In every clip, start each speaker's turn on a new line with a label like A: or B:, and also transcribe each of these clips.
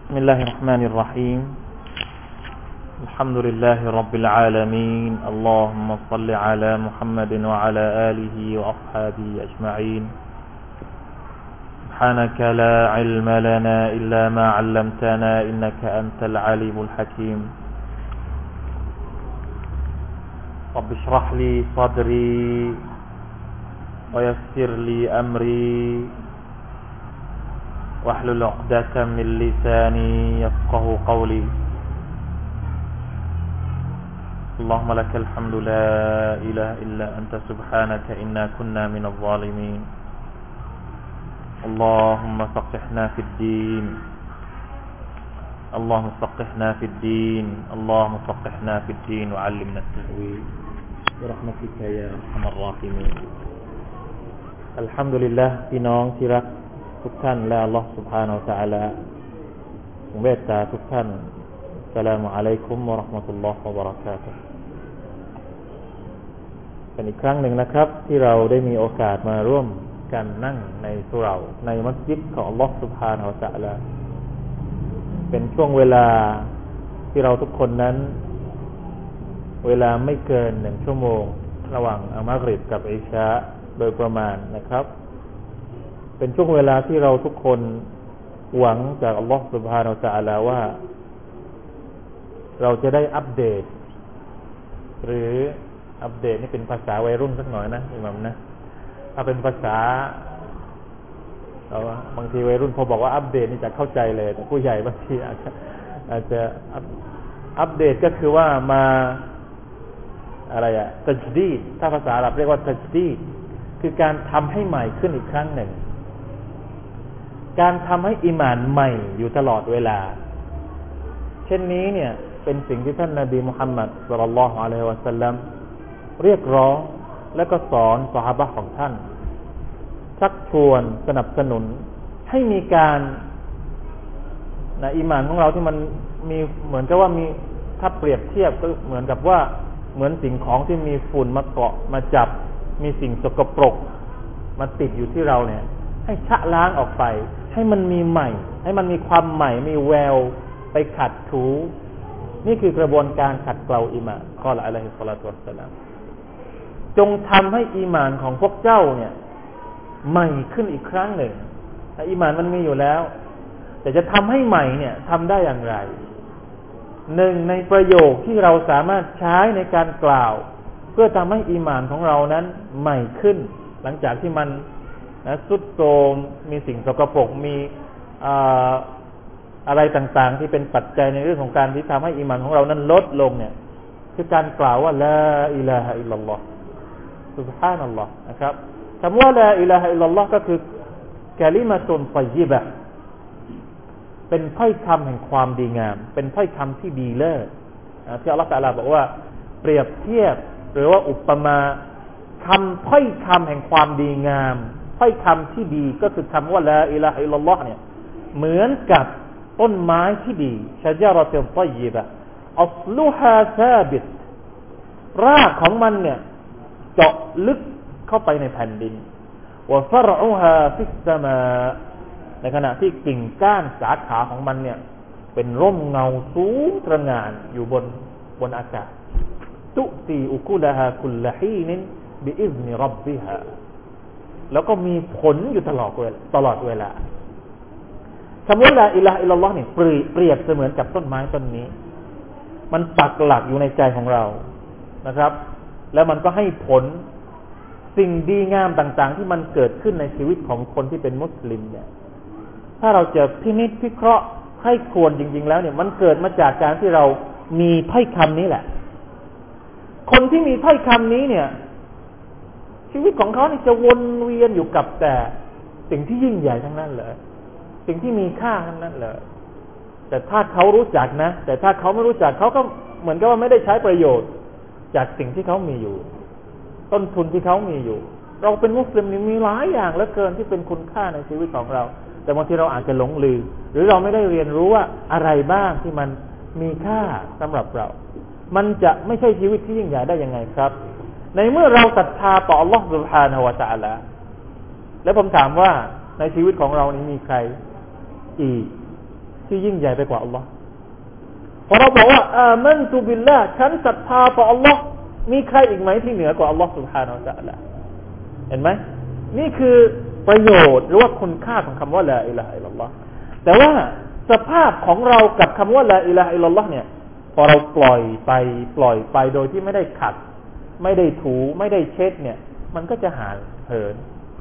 A: بسم الله الرحمن الرحيم الحمد لله رب العالمين اللهم صل على محمد وعلى آله وأصحابه أجمعين سبحانك لا علم لنا إلا ما علمتنا إنك أنت العليم الحكيم رب اشرح لي صدري ويسر لي أمري واحلل عقدة من لساني يفقه قولي اللهم لك الحمد لا إله إلا أنت سبحانك إنا كنا من الظالمين اللهم فقهنا في الدين اللهم فقهنا في الدين اللهم فقهنا في الدين وعلمنا التأويل برحمتك يا أرحم الراحمين الحمد لله พี่น้องที่รักทุกท่านและอัลลอฮฺ سبحانه และ تعالى ทรงเมตตาทุกท่านอัสสลามุอะลัยกุมวะเราะห์มะตุลลอฮ์วะบะเราะกาตุฮ์เป็นอีกครั้งหนึ่งนะครับที่เราได้มีโอกาสมาร่วมกันนั่งในสุเราะห์ในมัสยิดของอัลลอฮฺ سبحانه และ تعالى เป็นช่วงเวลาที่เราทุกคนนั้นเวลาไม่เกิน1ชั่วโมงระหว่างมักริบกับอิชาโดยประมาณนะครับเป็นช่วงเวลาที่เราทุกคนหวังจากอัลลอฮฺ سبحانه และ تعالى ว่าเราจะได้อัปเดตหรืออัปเดตนี่เป็นภาษาวัยรุ่นสักหน่อยนะอิหมัมนะถ้าเป็นภาษาบางทีวัยรุ่นพอบอกว่าอัปเดตนี่จะเข้าใจเลยแต่ผู้ใหญ่บางทีอาจจะอัปเดตก็คือว่ามาอะไรตัจดีดถ้าภาษาอาหรับเรียกว่าตัจดีดคือการทำให้ใหม่ขึ้นอีกครั้งหนึ่งการทำให้อีหม่านใหม่อยู่ตลอดเวลาเช่นนี้เนี่ยเป็นสิ่งที่ท่านนบีมุฮัมมัดศ็อลลัลลอฮุอะลัยฮิวะซัลลัมเรียกร้องและก็สอนซอฮาบะห์ของท่านชักชวนสนับสนุนให้มีการอีหม่านของเราที่มันมีเหมือนกับว่ามีถ้าเปรียบเทียบก็เหมือนกับว่าเหมือนสิ่งของที่มีฝุ่นมาเกาะมาจับมีสิ่งสกปรกมาติดอยู่ที่เราเนี่ยให้ชะล้างออกไปให้มันมีใหม่ให้มันมีความใหม่มีแววไปขัดถูนี่คือกระบวนการขัดเกลาอีหม่านกอละอะลัยฮิสศอลาตุวัสสลามจงทำให้อีหม่านของพวกเจ้าเนี่ยใหม่ขึ้นอีกครั้งหนึ่งแต่อีหม่านมันมีอยู่แล้วแต่จะทำให้ใหม่เนี่ยทำได้อย่างไรหนึ่งในประโยคที่เราสามารถใช้ในการกล่าวเพื่อทำให้อีหม่านของเรานั้นใหม่ขึ้นหลังจากที่มันทรุดโทรมมีสิ่งสกปรกมีอะไรต่างๆที่เป็นปัจจัยในเรื่องของการที่ทำให้อีหม่านของเรานั้นลดลงเนี่ยคือการกล่าวว่าลาอิลาฮะอิลลัลลอฮซุบฮานัลลอฮ์นะครับคำว่าลาอิลาฮะอิลลัลลอฮก็คือกะลิมะตุนฏอยยิบะห์เป็นถ้อยคำแห่งความดีงามเป็นถ้อยคำที่ดีเลิศที่อัลเลาะห์ตะอาลาบอกว่าเปรียบเทียบหรือว่าอุปมาถ้อยคำแห่งความดีงามถ้อยคำที่ดีก็คือคำว่าลาอิลาฮะอิลลัลลอฮเนี่ยเหมือนกับต้นไม้ที่ดีชะญะเราะตุนฏอยยิบะห์อัศลุฮาซาบิตรากของมันเนี่ยเจาะลึกเข้าไปในแผ่นดินวะฟะรอุฮาฟิสสมาในขณะที่กิ่งก้านสาขาของมันเนี่ยเป็นร่มเงาสูงตระหง่านอยู่บนอากาศตุตีอุกุลฮาคุลลฮีนบิอิซนิร็อบบิฮาแล้วก็มีผลอยู่ตลอดเวลาคำว่าลาอิลาฮะอิลลัลลอฮ์เนี่ยเปรียบเสมือนกับต้นไม้ต้นนี้มันปักหลักอยู่ในใจของเรานะครับแล้วมันก็ให้ผลสิ่งดีงามต่างๆที่มันเกิดขึ้นในชีวิตของคนที่เป็นมุสลิมเนี่ยถ้าเราจะพินิจพิเคราะห์ให้ควรจริงๆแล้วเนี่ยมันเกิดมาจากการที่เรามีถ้อยคำนี้แหละคนที่มีถ้อยคำนี้เนี่ยชีวิตของเขาเนี่ยจะวนเวียนอยู่กับแต่สิ่งที่ยิ่งใหญ่ทั้งนั้นเลยสิ่งที่มีค่าทั้งนั้นเลยแต่ถ้าเขารู้จักนะแต่ถ้าเขาไม่รู้จักเขาก็เหมือนกับว่าไม่ได้ใช้ประโยชน์จากสิ่งที่เขามีอยู่ต้นทุนที่เขามีอยู่เราเป็นมุสลิมนี่มีหลายอย่างเหลือเกินที่เป็นคุณค่าในชีวิตของเราแต่บางทีเราอาจจะหลงลืมหรือเราไม่ได้เรียนรู้ว่าอะไรบ้างที่มันมีค่าสำหรับเรามันจะไม่ใช่ชีวิตที่ยิ่งใหญ่ได้ยังไงครับในเมื่อเราศรัทธาต่ออัลลอฮฺ سبحانه และ تعالى แล้วผมถามว่าในชีวิตของเรานี้มีใครอีกที่ยิ่งใหญ่ไปกว่าอัลลอฮ์พอเราบอกว่าอามันตุบิลลาห์ฉันศรัทธาต่ออัลลอฮ์มีใครอีกไหมที่เหนือกว่าอัลลอฮ์ سبحانه และ تعالى เห็นไหมนี่คือประโยชน์หรือว่าคุณค่าของคำว่าลาอิลาฮะอิลลัลลอฮ์แต่ว่าสภาพของเรากับคำว่าลาอิลาฮะอิลลัลลอฮ์เนี่ยพอเราปล่อยไปโดยที่ไม่ได้ขัดไม่ได้ถูไม่ได้เช็ดเนี่ยมันก็จะห่างเหิน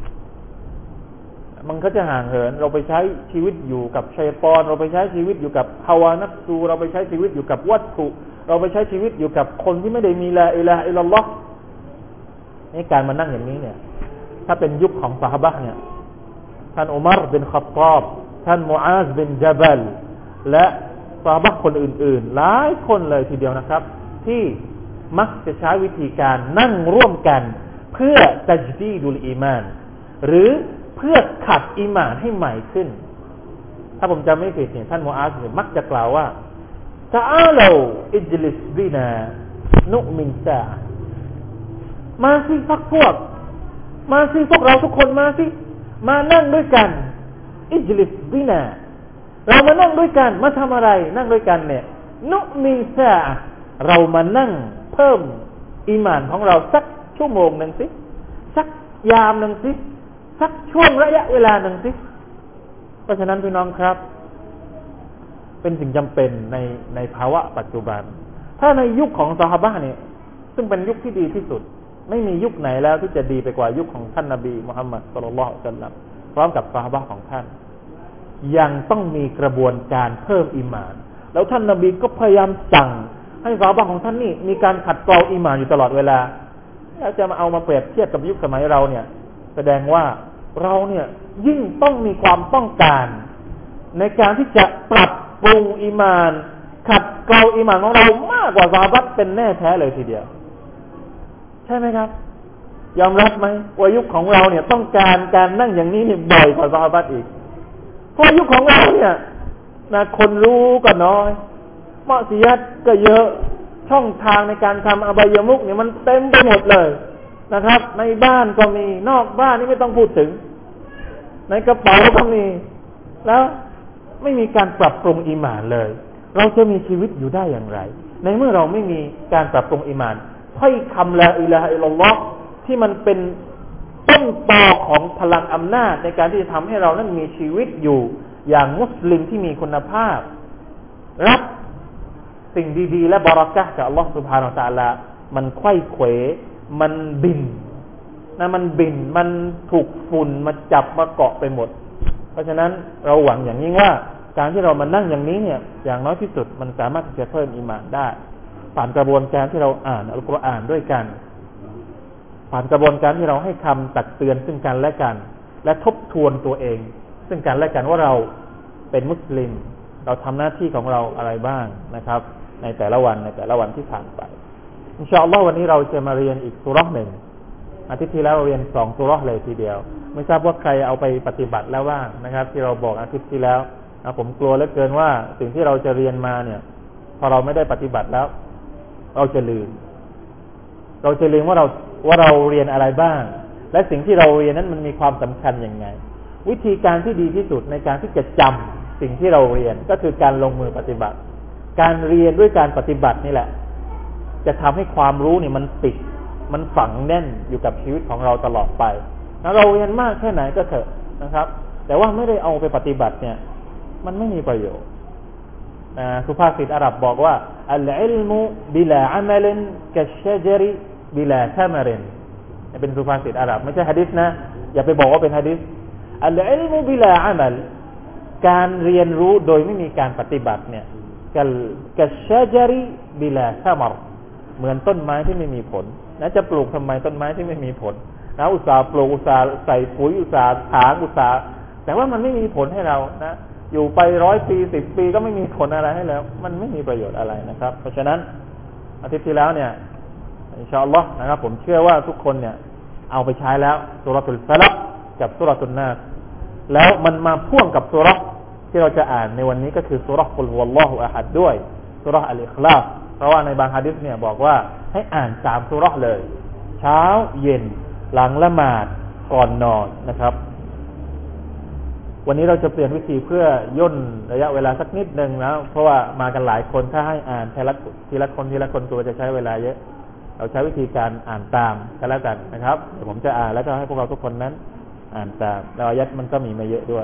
A: เราไปใช้ชีวิตอยู่กับชัยฏอนเราไปใช้ชีวิตอยู่กับฮาวานัฟซูเราไปใช้ชีวิตอยู่กับวัตถุเราไปใช้ชีวิตอยู่กับคนที่ไม่ได้มีลาอิลาฮะอิลลัลลอฮ์ในการมานั่งอย่างนี้เนี่ยถ้าเป็นยุคของซอฮาบะห์เนี่ยท่านอุมัรบินค็อฏฏอบท่านมุอาซบินญะบัลและซอฮาบะห์คนอื่นๆหลายคนเลยทีเดียวนะครับที่มักจะใช้วิธีการนั่งร่วมกันเพื่อตัจดีดุลอีมานหรือเพื่อขัดอีหม่านให้ใหม่ขึ้นถ้าผมจำไม่ผิดเนี่ยท่านมุอาซมักจะกล่าวว่าตะอาลาอิจลิสบินานุมินซามาสิพวกมาสิพวกเราทุกคนมาสิมานั่งด้วยกันอิจลิสบินาเรามานั่งด้วยกันมาทำอะไรนั่งด้วยกันเนี่ยนุมินซาเรามานั่งเพิ่มอีหม่านของเราสักชั่วโมงนึงสิสักยามนึงสิสักช่วงระยะเวลาหนึ่งสิเพราะฉะนั้นพี่น้องครับเป็นสิ่งจำเป็นในภาวะปัจจุบันถ้าในยุคของซอฮาบะห์เนี่ยซึ่งเป็นยุคที่ดีที่สุดไม่มียุคไหนแล้วที่จะดีไปกว่ายุคของท่านนบีมุฮัมมัดศ็อลลัลลอฮุอะลัยฮิวะซัลลัมพร้อมกับซอฮาบะห์ของท่านยังต้องมีกระบวนการเพิ่มอีหม่านแล้วท่านนบีก็พยายามสั่งให้ซอฮาบะห์ของท่านนี่มีการขัดเกลาอีหม่านอยู่ตลอดเวลาแล้วจะมาเอามาเปรียบเทียบกับยุคสมัยเราเนี่ยแสดงว่าเราเนี่ยยิ่งต้องมีความต้องการในการที่จะปรับปรุงอีหม่านขัดเกลาอีหม่านของเรามากกว่าซอฮาบะห์เป็นแน่แท้เลยทีเดียวใช่ไหมครับยอมรับไหมว่ายุคของเราเนี่ยต้องการนั่งอย่างนี้นี่บ่อยกว่าซอฮาบะห์อีกเพราะยุคของเราเนี่ยนะคนรู้ก็น้อยมะซิยัตก็เยอะช่องทางในการทำอบายมุขเนี่ยมันเต็มไปหมดเลยนะครับในบ้านก็มีนอกบ้านนี่ไม่ต้องพูดถึงในกระเป๋าก็มีแล้วไม่มีการปรับปรุงอีหม่านเลยเราจะมีชีวิตอยู่ได้อย่างไรในเมื่อเราไม่มีการปรับปรุงอีหม่านถ้อยคำลาอิลาฮะอิลลัลลอฮ์ที่มันเป็นต้นตอของพลังอำนาจในการที่จะทำให้เรานั้นมีชีวิตอยู่อย่างมุสลิมที่มีคุณภาพรับสิ่งดีๆและบารอกะห์จากอัลลอฮ์ سبحانه และ تعالى มันไขว้เขวมันบินมันถูกฝุ่นมาจับมาเกาะไปหมดเพราะฉะนั้นเราหวังอย่างยิ่งว่าการที่เรามานั่งอย่างนี้เนี่ยอย่างน้อยที่สุดมันสามารถที่จะเพิ่มอีหม่านได้ผ่านกระบวนการที่เราอ่านอัลกุรอานด้วยกันผ่านกระบวนการที่เราให้คำตักเตือนซึ่งกันและกันและทบทวนตัวเองซึ่งกันและกันว่าเราเป็นมุสลิมเราทำหน้าที่ของเราอะไรบ้างนะครับในแต่ละวันที่ผ่านไปอินชาอัลลอฮ์วันนี้เราจะมาเรียนอีกซูเราะห์หนึ่งอาทิตย์ที่แล้วเราเรียน2ซูเราะห์เลยทีเดียวไม่ทราบว่าใครเอาไปปฏิบัติแล้วบ้างนะครับที่เราบอกอาทิตย์ที่แล้วผมกลัวเหลือเกินว่าสิ่งที่เราจะเรียนมาเนี่ยพอเราไม่ได้ปฏิบัติแล้วเราจะลืมว่าเราเรียนอะไรบ้างและสิ่งที่เราเรียนนั้นมันมีความสำคัญยังไงวิธีการที่ดีที่สุดในการที่จะจำสิ่งที่เราเรียนก็คือการลงมือปฏิบัติการเรียนด้วยการปฏิบัตินี่แหละจะทำให้ความรู้เนี่ยมันติดมันฝังแน่นอยู่กับชีวิตของเราตลอดไปแล้วเราเรียนมากแค่ไหนก็เถอะนะครับแต่ว่าไม่ได้เอาไปปฏิบัติเนี่ยมันไม่มีประโยชน์สุภาษิตอาหรับบอกว่าอัลอิลมุบิลาอะมัลกัชชะจริบิลาธะมรินเป็นสุภาษิตอาหรับไม่ใช่หะดีษนะอย่าไปบอกว่าเป็นหะดีษอัลอิลมุบิลาอะมัลการเรียนรู้โดยไม่มีการปฏิบัติเนี่ยกัชชะจริบิลาธะมรเหมือนต้นไม้ที่ไม่มีผลนะจะปลูกทำไมต้นไม้ที่ไม่มีผลนะอุตส่าห์ปลูกอุตส่าห์ใส่ปุ๋ยอุตส่าห์ถางอุตส่าห์แต่ว่ามันไม่มีผลให้เรานะอยู่ไป100 ปี10 ปีก็ไม่มีผลอะไรให้แล้วมันไม่มีประโยชน์อะไรนะครับเพราะฉะนั้นอาทิตย์ที่แล้วเนี่ยอินชาอัลลอฮ์นะครับผมเชื่อว่าทุกคนเนี่ยเอาไปใช้แล้วซูเราะตุลฟะลักกับซูเราะตุนนาสแล้วมันมาพ่วงกับซูเราะห์ที่เราจะอ่านในวันนี้ก็คือซูเราะห์กุลฮุวัลลอฮุอะฮัดด้วยซูเราะห์อัลอิคลาสเพราะว่าในบางหะดีษเนี่ยบอกว่าให้อ่าน3ซูเราะห์เลยเช้าเย็นหลังละหมาดก่อนนอนนะครับวันนี้เราจะเปลี่ยนวิธีเพื่อย่นระยะเวลาสักนิดนึงนะเพราะว่ามากันหลายคนถ้าให้อ่านทีละคนตัวจะใช้เวลาเยอะเราใช้วิธีการอ่านตามกันแล้วกันนะครับเดี๋ยวผมจะอ่านแล้วก็ให้พวกเราทุกคนนั้นอ่านตามแล้วอายัดมันก็มีมาเยอะด้วย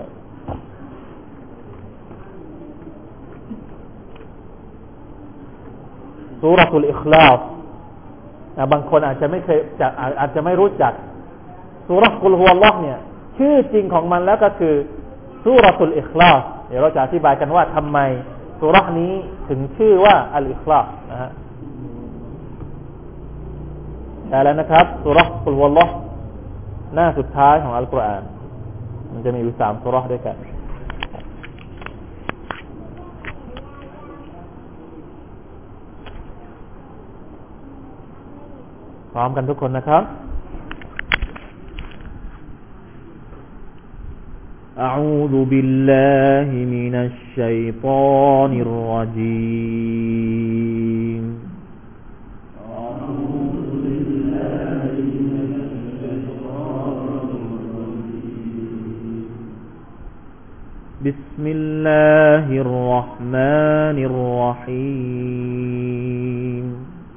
A: ซูเราะตุลอิคลาสบางคนอาจจะไม่เคยอาจจะไม่รู้จักซูเราะห์กุลฮุวัลลอฮ์เนี่ยชื่อจริงของมันแล้วก็คือซูเราะตุลอิคลาสเดี๋ยวเราจะอธิบายกันว่าทำไมซูเราะห์นี้ถึงชื่อว่าอัลอิคลาสนะฮะได้แล้วนะครับซูเราะห์กุลฮุวัลลอฮ์หน้าสุดท้ายของอัลกุรอานมันจะมีอยู่3ซูเราะห์ด้วยกันพร้อมกันทุกคนนะครับ أعوذ بالله من الشيطان الرجيم بسم الله الرحمن الرحيم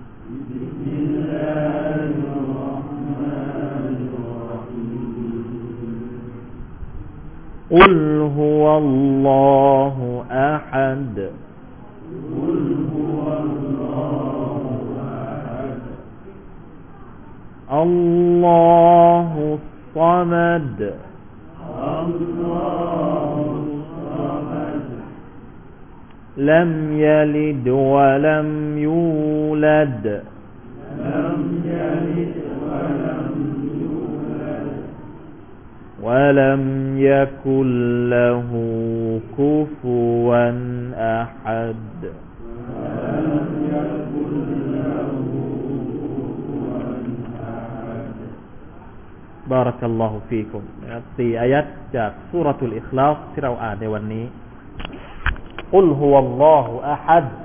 A: قل هو الله أحد الله الصمد لم يلد ولم يولد ولم يكن له كفوا أحد بارك الله فيكم 4 อายัดจากซูเราะตุลอิคลาสที่เราอ่านในวันนี้กุลฮุวัลลอฮุอะฮัด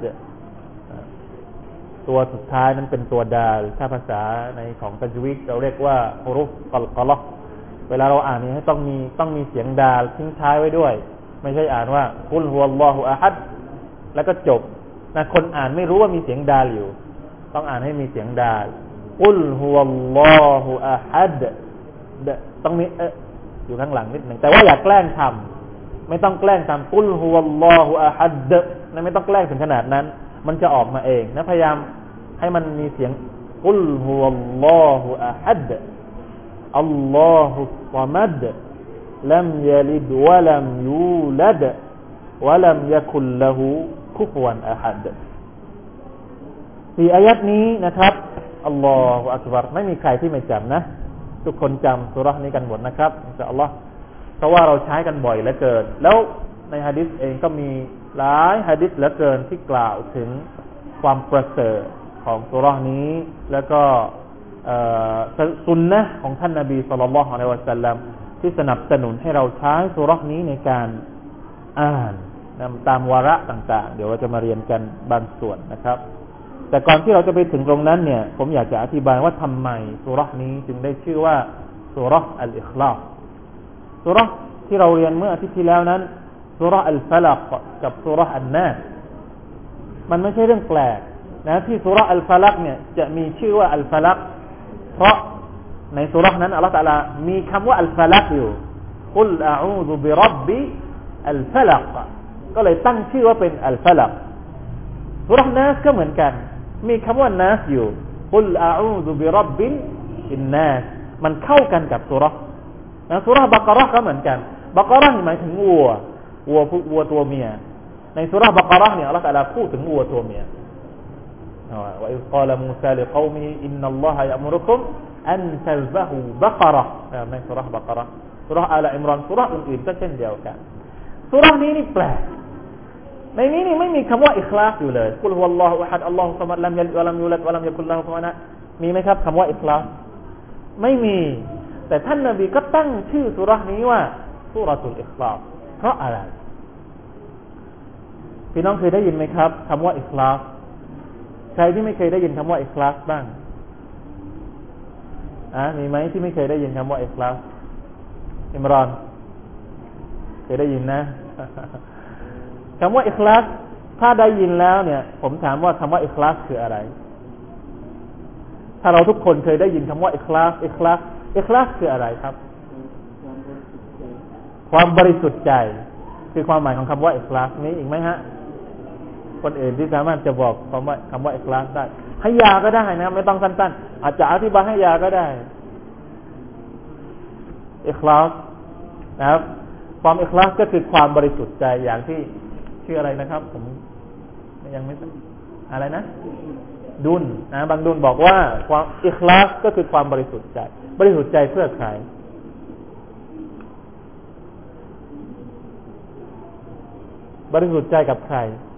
A: ตัวสุดท้ายนั้นเป็นตัวดาลถ้าภาษาในของตัจวีดเราเรียกว่าฮุรุฟกัลกะละห์เวลาเราอ่านนี้ให้ต้องมีเสียงดาลทิ้งท้ายไว้ด้วยไม่ใช่อ่านว่ากุลฮุวัลลอฮุอะฮัดแล้วก็จบนะคนอ่านไม่รู้ว่ามีเสียงดาลอยู่ต้องอ่านให้มีเสียงดาลกุลฮุวัลลอฮุอะฮัดต้องมีอยู่ข้างหลังนิดนึงแต่ว่าอย่าแกล้งทำไม่ต้องแกล้งทำกุลฮุวัลลอฮุอะฮัดนะไม่ต้องแกล้งถึงขนาดนั้นมันจะออกมาเองนะพยายามให้มันมีเสียงกุลฮุวัลลอฮุอะฮัดอัลลอฮุศศอมัดลัมยะลิดวะลัมยูลัดวะลัมยะกุลละฮูคุฟวันอะฮัด4 อายัดนี้นะครับอัลลอฮุอักบัรไม่มีใครที่ไม่จำนะทุกคนจำซูเราะห์นี้กันหมดนะครับอินชาอัลลอฮ์เพราะว่าเราใช้กันบ่อยเหลือเกินแล้วในหะดีษเองก็มีหลายหะดีษเหลือเกินที่กล่าวถึงความประเสริฐของซูเราะห์นี้แล้วก็สุนนะห์ของท่านนบีศ็อลลัลลอฮุอะลัยฮิวะซัลลัมที่สนับสนุนให้เราใช้ซูเราะห์นี้ในการอ่านตามวาระต่างๆเดี๋ยวเราจะมาเรียนกันบางส่วนนะครับแต่ก่อนที่เราจะไปถึงตรงนั้นเนี่ยผมอยากจะอธิบายว่าทำไมซูเราะห์นี้จึงได้ชื่อว่าซูเราะห์อัลอิคลาสซูเราะห์ที่เราเรียนเมื่ออาทิตย์ที่แล้วนั้นซูเราะห์อัลฟะลักกับซูเราะห์อันนาสมันไม่ใช่เรื่องแปลกนะที่ซูเราะห์อัลฟะลักเนี่ยจะมีชื่อว่าอัลฟะลักเพราะในซูเราะห์นั้นอัลเลาะห์ตะอาลามีคำว่าอัลฟะลักอยู่กุลอะอูซุบิร็อบบิอัลฟะลักก็เลยตั้งชื่อว่าเป็นอัลฟะลักซูเราะห์นาสก็เหมือนกันมีคำว่านาสอยู่กุลอะอูซุบิร็อบบินนาสมันเข้ากันกับซูเราะห์ซูเราะห์บักเราะห์ก็เหมือนกันบักเราะห์หมายถึงวัวตัวเมียในซูเราะห์บักเราะห์เนี่ยอัลเลาะห์ตะอาลาพูดถึงวัวตัวเมียว่าอิซกาลมูซาลิกอมิอินนัลลอฮะยะอ์มุรุกุมอันตัซบะฮูบักเราะห์ในซูเราะห์บักเราะห์ซูเราะห์อาลอิมรอนซูเราะห์อื่นๆก็เช่นเดียวกันซูเราะห์นี้นี่แปลกในนี้นี่ไม่มีคำว่าอิคลาสอยู่เลยกุลฮุวัลลอฮุอะฮัดอัลลอฮุศอมัดลัมยะลิดวะลัมยูลัดวะลัมยะกุลละฮูกุฟุวันอะฮัดมีไหมครับคำว่าอิคลาสไม่มีแต่ท่านนบีก็ตั้งชื่อซูเราะห์นี้ว่าซูเราะตุลอิคลาสเพราะอะไรพี่น้องเคยได้ยินไหมครับคำว่าอิคลาสใครที่ไม่เคยได้ยินคำว่าอิคลาสบ้างมีไหมที่ไม่เคยได้ยินคำว่าอิคลาสอิมรอนเคยได้ยินนะ คำว่าอิคลาสถ้าได้ยินแล้วเนี่ยผมถามว่าคำว่าอิคลาสคืออะไรถ้าเราทุกคนเคยได้ยินคำว่าอิคลาสคืออะไรครับความบริสุทธิ์ใจคือความหมายของคำว่าอิคลาสนี้อีกไหมฮะคนอื่นที่สามารถจะบอกคำว่าอิคลาสได้ให้ยาก็ได้นะไม่ต้องสั้นๆอาจจะอธิบายให้ยาก็ได้อิคลาสนะครับความอิคลาสก็คือความบริสุทธิ์ใจอย่างที่ชื่ออะไรนะครับผมยังไม่อะไรนะดุลนะบางดุลบอกว่าความอิคลาสก็คือความบริสุทธิ์ใจเพื่อใครบริสุทธิ์ใจกับใคร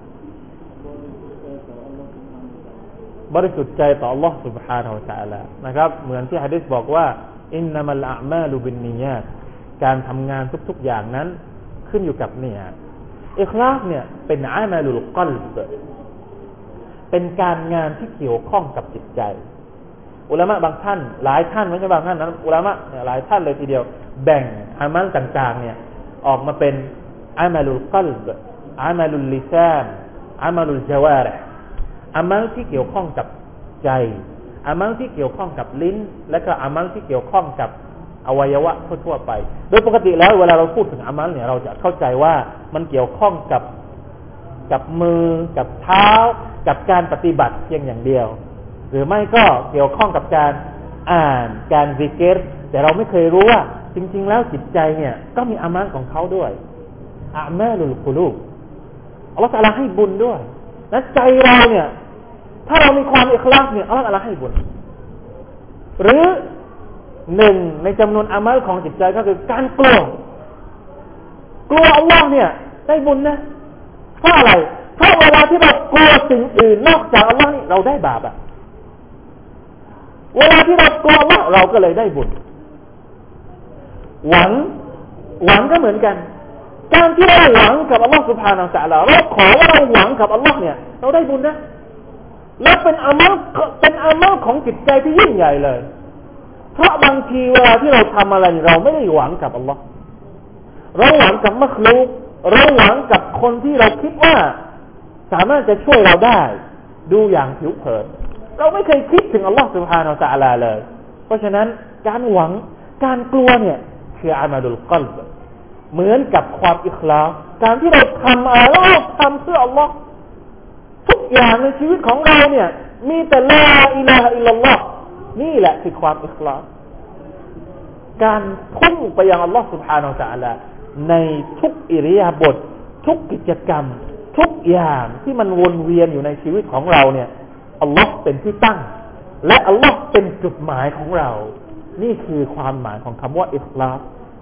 A: บริสุทธิ์ใจต่อ Allah سبحانه และ تعالى นะครับเหมือนที่หะดีษบอกว่าอินนัมัลอามาลุบินนิยาตการทำงานทุกๆอย่างนั้นขึ้นอยู่กับเนียะห์อิคลาสเนี่ยเป็นอามาลุลกัลบเป็นการงานที่เกี่ยวข้องกับจิตใจอุลามะบางท่านหลายท่านไม่ใช่บางท่านนะอุลามะเนี่ยหลายท่านเลยทีเดียวแบ่งอามัลต่างๆเนี่ยออกมาเป็นอามาลุลกัลบอามาลุลลิซานอามาลุลญะวาริฮ์อามัลที่เกี่ยวข้องกับใจอามัลที่เกี่ยวข้องกับลิ้นและก็อามัลที่เกี่ยวข้องกับอวัยวะทั่วๆไปโดยปกติแล้วเวลาเราพูดถึงอามัลเนี่ยเราจะเข้าใจว่ามันเกี่ยวข้องกับมือกับเท้ากับการปฏิบัติเพียงอย่างเดียวหรือไม่ก็เกี่ยวข้องกับการอ่านการซิกรแต่เราไม่เคยรู้ว่าจริงๆแล้วจิตใจเนี่ยก็มีอามัลของเขาด้วยอามาลุลกุลูบอัลเลาะห์ตะอาลาให้บุญด้วยและใจเราเนี่ยถ้าเรามีความอิคลาสเนี่ยอัลเลาะห์ตะอาลาให้บุญหรือหนึ่งในจำนวนอามัลของจิตใจก็คือการกลัวอัลลอฮ์เนี่ยได้บุญนะเพราะอะไรเพราะเวลาที่เรากลัวสิ่งอื่นนอกจากอัลลอฮ์นี่เราได้บาปอะเวลาที่เรากลัวอัลลอฮ์เราก็เลยได้บุญหวังก็เหมือนกันการที่เราหวังกับอัลลอฮ์ سبحانه และ تعالى เราขอว่าเราหวังกับอัลลอฮ์เนี่ยเราได้บุญนะและเป็นอามัลของจิตใจที่ยิ่งใหญ่เลยเพราะบางทีเวลาที่เราทำอะไรเราไม่ได้หวังกับอัลลอฮ์เราหวังกับมัคลุกเราหวังกับคนที่เราคิดว่าสามารถจะช่วยเราได้ดูอย่างผิวเผินเราไม่เคยคิดถึงอัลลอฮ์ سبحانه และ تعالى เลยเพราะฉะนั้นการหวังการกลัวเนี่ยคืออามัลุลกัลบเหมือนกับความอิคลาสการที่เราทำอะไรเราทำเพื่ออัลลอฮ์ทุกอย่างในชีวิตของเราเนี่ยมีแต่ลาอิลาฮะอิลลัลลอฮ์นี่แหละคือความอิคลาสการพุ่งไปยังอัลลอฮ์ سبحانه และ تعالى ในทุกอิริยาบถทุกกิจกรรมทุกอย่างที่มันวนเวียนอยู่ในชีวิตของเราเนี่ยอัลลอฮ์เป็นที่ตั้งและอัลลอฮ์เป็นจุดหมายของเรานี่คือความหมายของคำว่าอิคลาส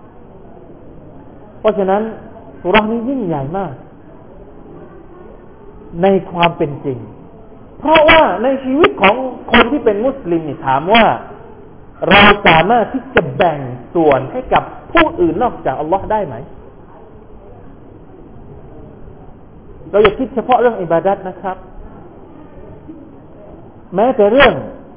A: เพราะฉะนั้นซูเราะห์นี้ยิ่งใหญ่มากในความเป็นจริงเพราะว่าในชีวิตของคนที่เป็นมุสลิมนี่ถามว่าเราสามารถที่จะแบ่งส่วนให้กับผู้อื่นนอกจากอัลลอฮ์ได้ไหมเราอย่าคิดเฉพาะเรื่องอิบาดัตนะครับแม้แต่เรื่อง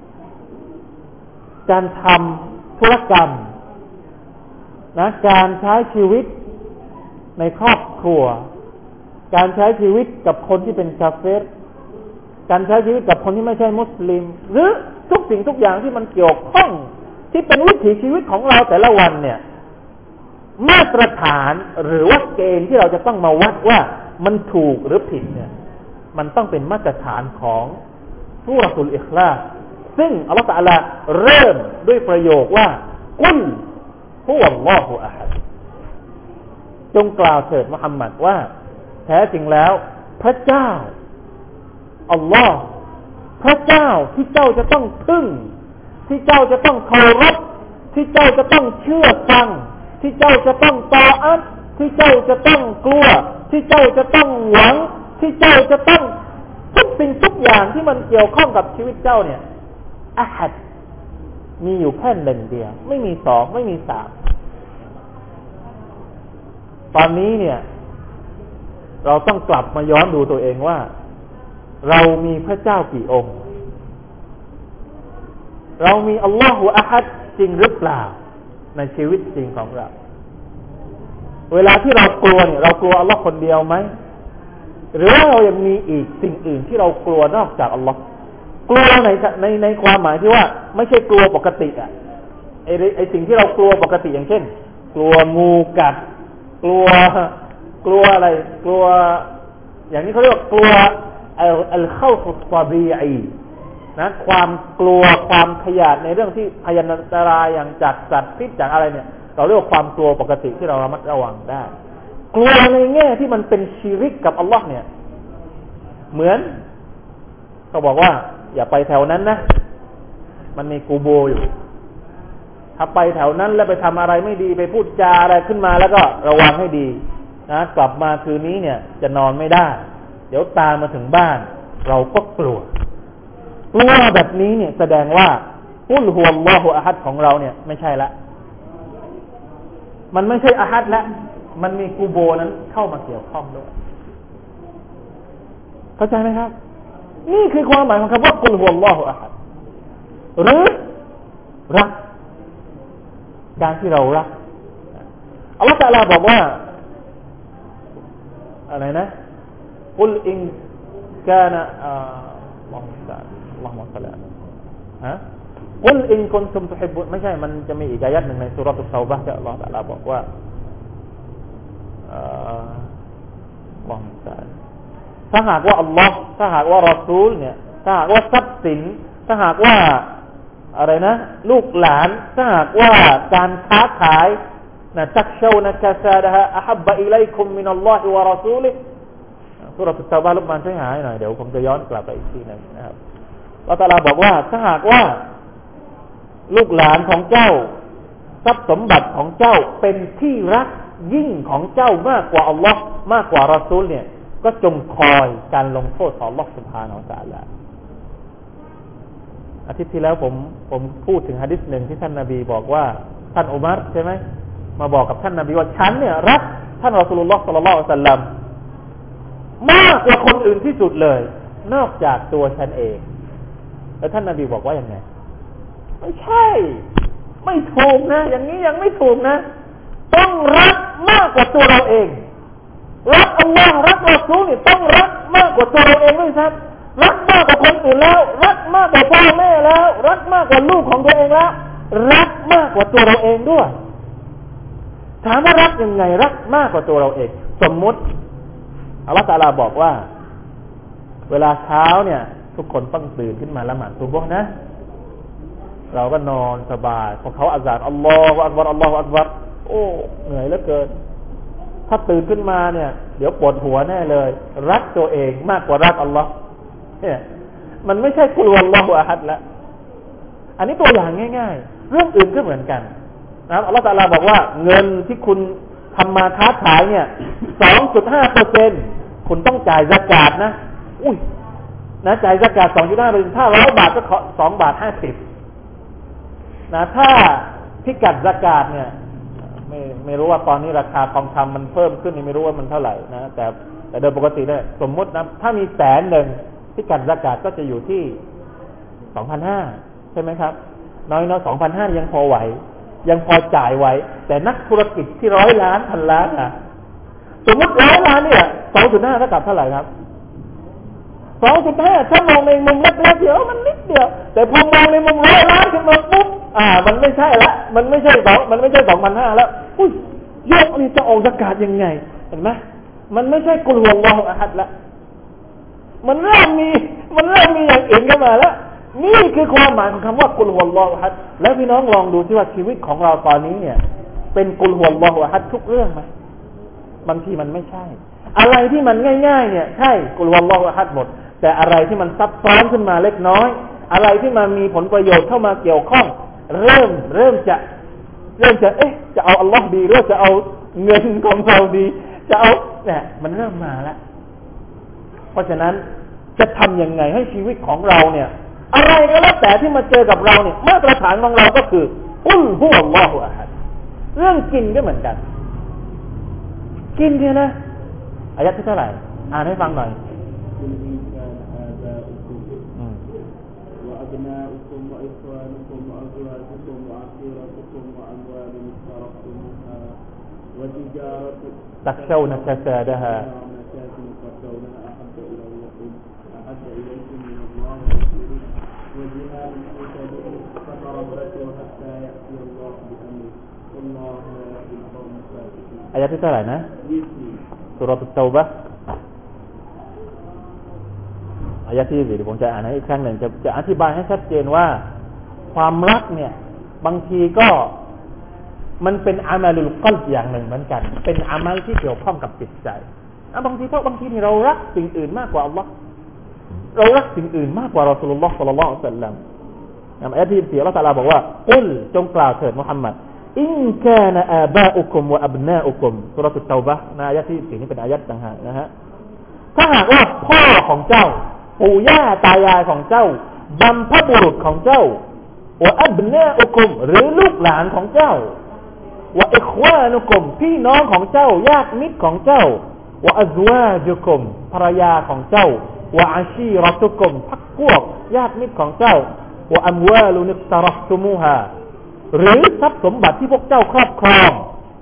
A: การทำธุรกรรมนะการใช้ชีวิตในครอบครัวการใช้ชีวิตกับคนที่เป็นกาเฟรการใช้ชีวิตกับคนที่ไม่ใช่มุสลิมหรือทุกสิ่งทุกอย่างที่มันเกี่ยวข้องที่เป็นวิถีชีวิตของเราแต่ละวันเนี่ยมาตรฐานหรือว่าเกณฑ์ที่เราจะต้องมาวัดว่ามันถูกหรือผิดเนี่ยมันต้องเป็นมาตรฐานของซูเราะตุลอิคลาสซึ่งอัลเลาะห์ตะอาลาเริ่มด้วยประโยคว่ากุลฮุวัลลอฮุอะฮัดจงกล่าวเถิดมุฮัมมัดว่าแท้จริงแล้วพระเจ้าอัลลอฮ์พระเจ้าที่เจ้าจะต้องพึ่งที่เจ้าจะต้องเคารพที่เจ้าจะต้องเชื่อฟังที่เจ้าจะต้องตออะห์ที่เจ้าจะต้องกลัวที่เจ้าจะต้องหวังที่เจ้าจะต้องทุกสิ่งทุกอย่างที่มันเกี่ยวข้องกับชีวิตเจ้าเนี่ยอะฮัดมีอยู่แค่หนึ่งเดียวไม่มีสองไม่มีสามตอนนี้เนี่ยเราต้องกลับมาย้อนดูตัวเองว่าเรามีพระเจ้ากี่องค์เรามีอัลลอฮฺอะฮัดจริงหรือเปล่าในชีวิตจริงของเราเวลาที่เรากลัวเนี่ยเรากลัวอัลลอฮ์คนเดียวไหมหรือว่าเรายังมีอีกสิ่งอื่นที่เรากลัวนอกจากอัลลอฮ์กลัวในความหมายที่ว่าไม่ใช่กลัวปกติอ่ะไอสิ่งที่เรากลัวปกติอย่างเช่นกลัวงูกัดกลัวอะไรกลัวอย่างนี้เขาเรียกว่ากลัวอัลเข้าฟุตตาบีอีนะความกลัวความขยาดในเรื่องที่พยันตรายอย่างจากสัตว์พิษจากอะไรเนี่ยเราเรียกว่าความกลัวปกติที่เราระมัดระวังได้กลัวในแง่ที่มันเป็นชิริกกับอัลลอฮ์เนี่ยเหมือนเขาบอกว่าอย่าไปแถวนั้นนะมันมีกูโบอยู่ถ้าไปแถวนั้นแล้วไปทำอะไรไม่ดีไปพูดจาอะไรขึ้นมาแล้วก็ระวังให้ดีนะกลับมาคืนนี้เนี่ยจะนอนไม่ได้เดี๋ยวตามมาถึงบ้านเราก็กลัวแบบนี้เนี่ยแสดงว่าอุลฮุวัลลอฮุอะฮัดของเราเนี่ยไม่ใช่ละมันไม่ใช่อะฮัดละมันมีกูโบนั้นเข้ามาเกี่ยวข้องด้วยเข้าใจไหมครับนี่คือความหมายของคำว่ากุลฮุวัลลอฮุอะฮัดหรือรักการที่เรารักอัลลอฮฺตะอาลาบอกว่าอะไรนะกุลอินกานะอัลลอฮฺสัลลัลฮะกุลอินกุนตุมตุฮิบบุไม่ใช่มันจะมีอีกอายะห์หนึ่งในซูเราะตุตเตาบะห์ที่อัลลอฮฺตะอาลาบอกว่าอัลลอฮฺสัลลัลถ้าหากว่าอัลลอฮฺถ้าหากว่ารอซูลเนี่ยถ้าหากว่าทรัพย์สินถ้าหากว่าอะไรนะลูกหลานถ้าหากว่าการค้าขายนะตักเชานะกะซาดะฮะอะฮับบะอิลัยกุมมินัลลอฮิวะรอซูลิซูเราะตุตเตาบะห์ลุกมานช่วยหาให้หน่อยเดี๋ยวผมจะย้อนกลับไปอีกทีนึงนะครับอัลเลาะห์ตะอาลาบอกว่าถ้าหากว่าลูกหลานของเจ้าทรัพย์สมบัติของเจ้าเป็นที่รักยิ่งของเจ้ามากกว่าอัลลอฮ์มากกว่ารอซูลเนี่ยก็จงคอยการลงโทษของอัลลอฮ์ซุบฮานะฮูวะตะอาลาอาทิตย์ที่แล้วผมพูดถึงหะดีษหนึ่งที่ท่านนบีบอกว่าท่านอุมัรใช่ไหมมาบอกกับท่านนบีว่าฉันเนี่ยรักท่านรอซูลุลลอฮ์ศ็อลลัลลอฮุอะลัยฮิวะซัลลัมมากกว่าคนอื่นที่สุดเลยนอกจากตัวฉันเองแล้วท่านนบีบอกว่ายังไงไม่ใช่ไม่ถูกนะอย่างนี้ยังไม่ถูกนะต้องรักมากกว่าตัวเราเองรักอัลลอฮ์รักรอซูลนี่ต้องรักมากกว่าตัวเราเองด้วยครับรักมากกว่าคนอื่นแล้วรักมากกว่าพ่อแม่แล้วรักมากกว่าลูกของตัวเองแล้วรักมากกว่าตัวเราเองด้วยถามว่ารักยังไงรักมากกว่าตัวเราเองสมมุติอัลเลาะห์ตะอาลาบอกว่าเวลาเช้าเนี่ยทุกคนต้องตื่นขึ้นมาละหมาดซุบฮ์นะเราก็นอนสบายพอเขาอาซานอัลลอฮฺอักบัรอัลลอฮฺอักบัรโอ้เหนื่อยเหลือเกินถ้าตื่นขึ้นมาเนี่ยเดี๋ยวปวดหัวแน่เลยรักตัวเองมากกว่ารักอัลลอฮฺเนี่ยมันไม่ใช่กุลวัลลอฮุอะฮัดละอันนี้ตัวอย่างง่ายๆเรื่องอื่นก็เหมือนกันนะอัลเลาะห์ตะอาลาบอกว่าเงินที่คุณทำมาค้าขายเนี่ย 2.5% คุณต้องจ่ายซะกาตนะอุ้ยนะจ่ายซะกาต 2.5% ถ้า100 บาทก็2.50 บาทนะถ้าพิกัดซะกาตเนี่ยไม่รู้ว่าตอนนี้ราคาทองคำมันเพิ่มขึ้นไม่รู้ว่ามันเท่าไหร่นะแต่โดยปกติเนี่ยสมมตินะถ้ามี100,000พิกัดซะกาตก็จะอยู่ที่ 2,500 ใช่ไหมครับน้อยๆ 2,500 ยังพอไหวยังพอจ่ายไหวแต่นักธุรกิจที่100 ล้านพันล้านนะสมมติ100 ล้านเนี่ย 2.5 เท่ากับเท่าไหร่ครับ 2.5 ถ้ามองในมุมเล็กๆเดียวมันนิดเดียวแต่พอมองในมุม100 ล้านขึ้นมาปุ๊บมันไม่ใช่ละมันไม่ใช่ 2,500 แล้วอุ้ยยกนี่จะออกซะกาตยังไงเห็นไหมมันไม่ใช่กุลฮุวัลลอฮุอะฮัดละมันเริ่มมีอย่างอื่นเข้ามาแล้วนี่คือความหมายของคำว่ากุลฮุวัลลอฮุอะฮัดแล้วพี่น้องลองดูที่ว่าชีวิตของเราตอนนี้เนี่ยเป็นกุลฮุวัลลอฮุอะฮัดทุกเรื่องไหมบางทีมันไม่ใช่อะไรที่มันง่ายๆเนี่ยใช่กุลฮุวัลลอฮุอะฮัดหมดแต่อะไรที่มันซับซ้อนขึ้นมาเล็กน้อยอะไรที่มันมีผลประโยชน์เข้ามาเกี่ยวข้องเริ่มจะจะเอาอัลลอฮ์ดีหรือจะเอาเงินของเราดีจะเอาเนี่ยมันเริ่มมาแล้วเพราะฉะนั้นจะทำยังไงให้ชีวิตของเราเนี่ยอะไรก็แล้วแต่ที่มาเจอกับเราเนี่ยมาตรฐานของเราก็คืออุลฮุวัลลอฮุอะฮัดเรื่องกินก็เหมือนกันกินเนี่ยนะอายะที่เท่าไหร่อ่านให้ฟังหน่อย
B: وأبناؤكم وإخوانكم وأزواجكم وعشيرتكم وأموال اقترفتموها
A: تخشون كسادها ayatที่เท่าไหร่นะสุเราะตุตเตาบะห์อายะที่4ผมจะอ่านให้อีกครั้งหนึ่งจะอธิบายให้ชัดเจนว่าความรักเนี่ยบางทีก็มันเป็นอามัลุลกัลบอย่างหนึ่งเหมือนกันเป็นอามัลที่เกี่ยวข้องกับจิตใจบางทีนี่เรารักสิ่งอื่นมากกว่าอัลลอฮ์เรารักสิ่งอื่นมากกว่ารอซูลุลลอฮ์ศ็อลลัลลอฮุอะลัยฮิวะซัลลัมอายะที่4อัลเลาะห์ตะอาลาบอกว่ากุลจงกล่าวเถิดมุฮัมมัดอินกานะอาบาอุกุมวะอับนาอุกุมซูเราะตุตเตาบะห์อายะที่4นี่เป็นอายะต่างหากนะฮะถ้าหากว่าพ่อของเจ้าปู่ย่าตายายของเจ้าบรรพบุรุษของเจ้าวะอับนาอุกุมหรือลูกหลานของเจ้าวะอิควานุกุมพี่น้องของเจ้าญาติมิตรของเจ้าวะอัซวาจุกุมภรรยาของเจ้าวะอาชีรตุกุมพรรคพวกญาติมิตรของเจ้าวะอัมวาลุนิกตะรัฟตุมูฮาหรือทรัพย์สมบัติที่พวกเจ้าครอบครอง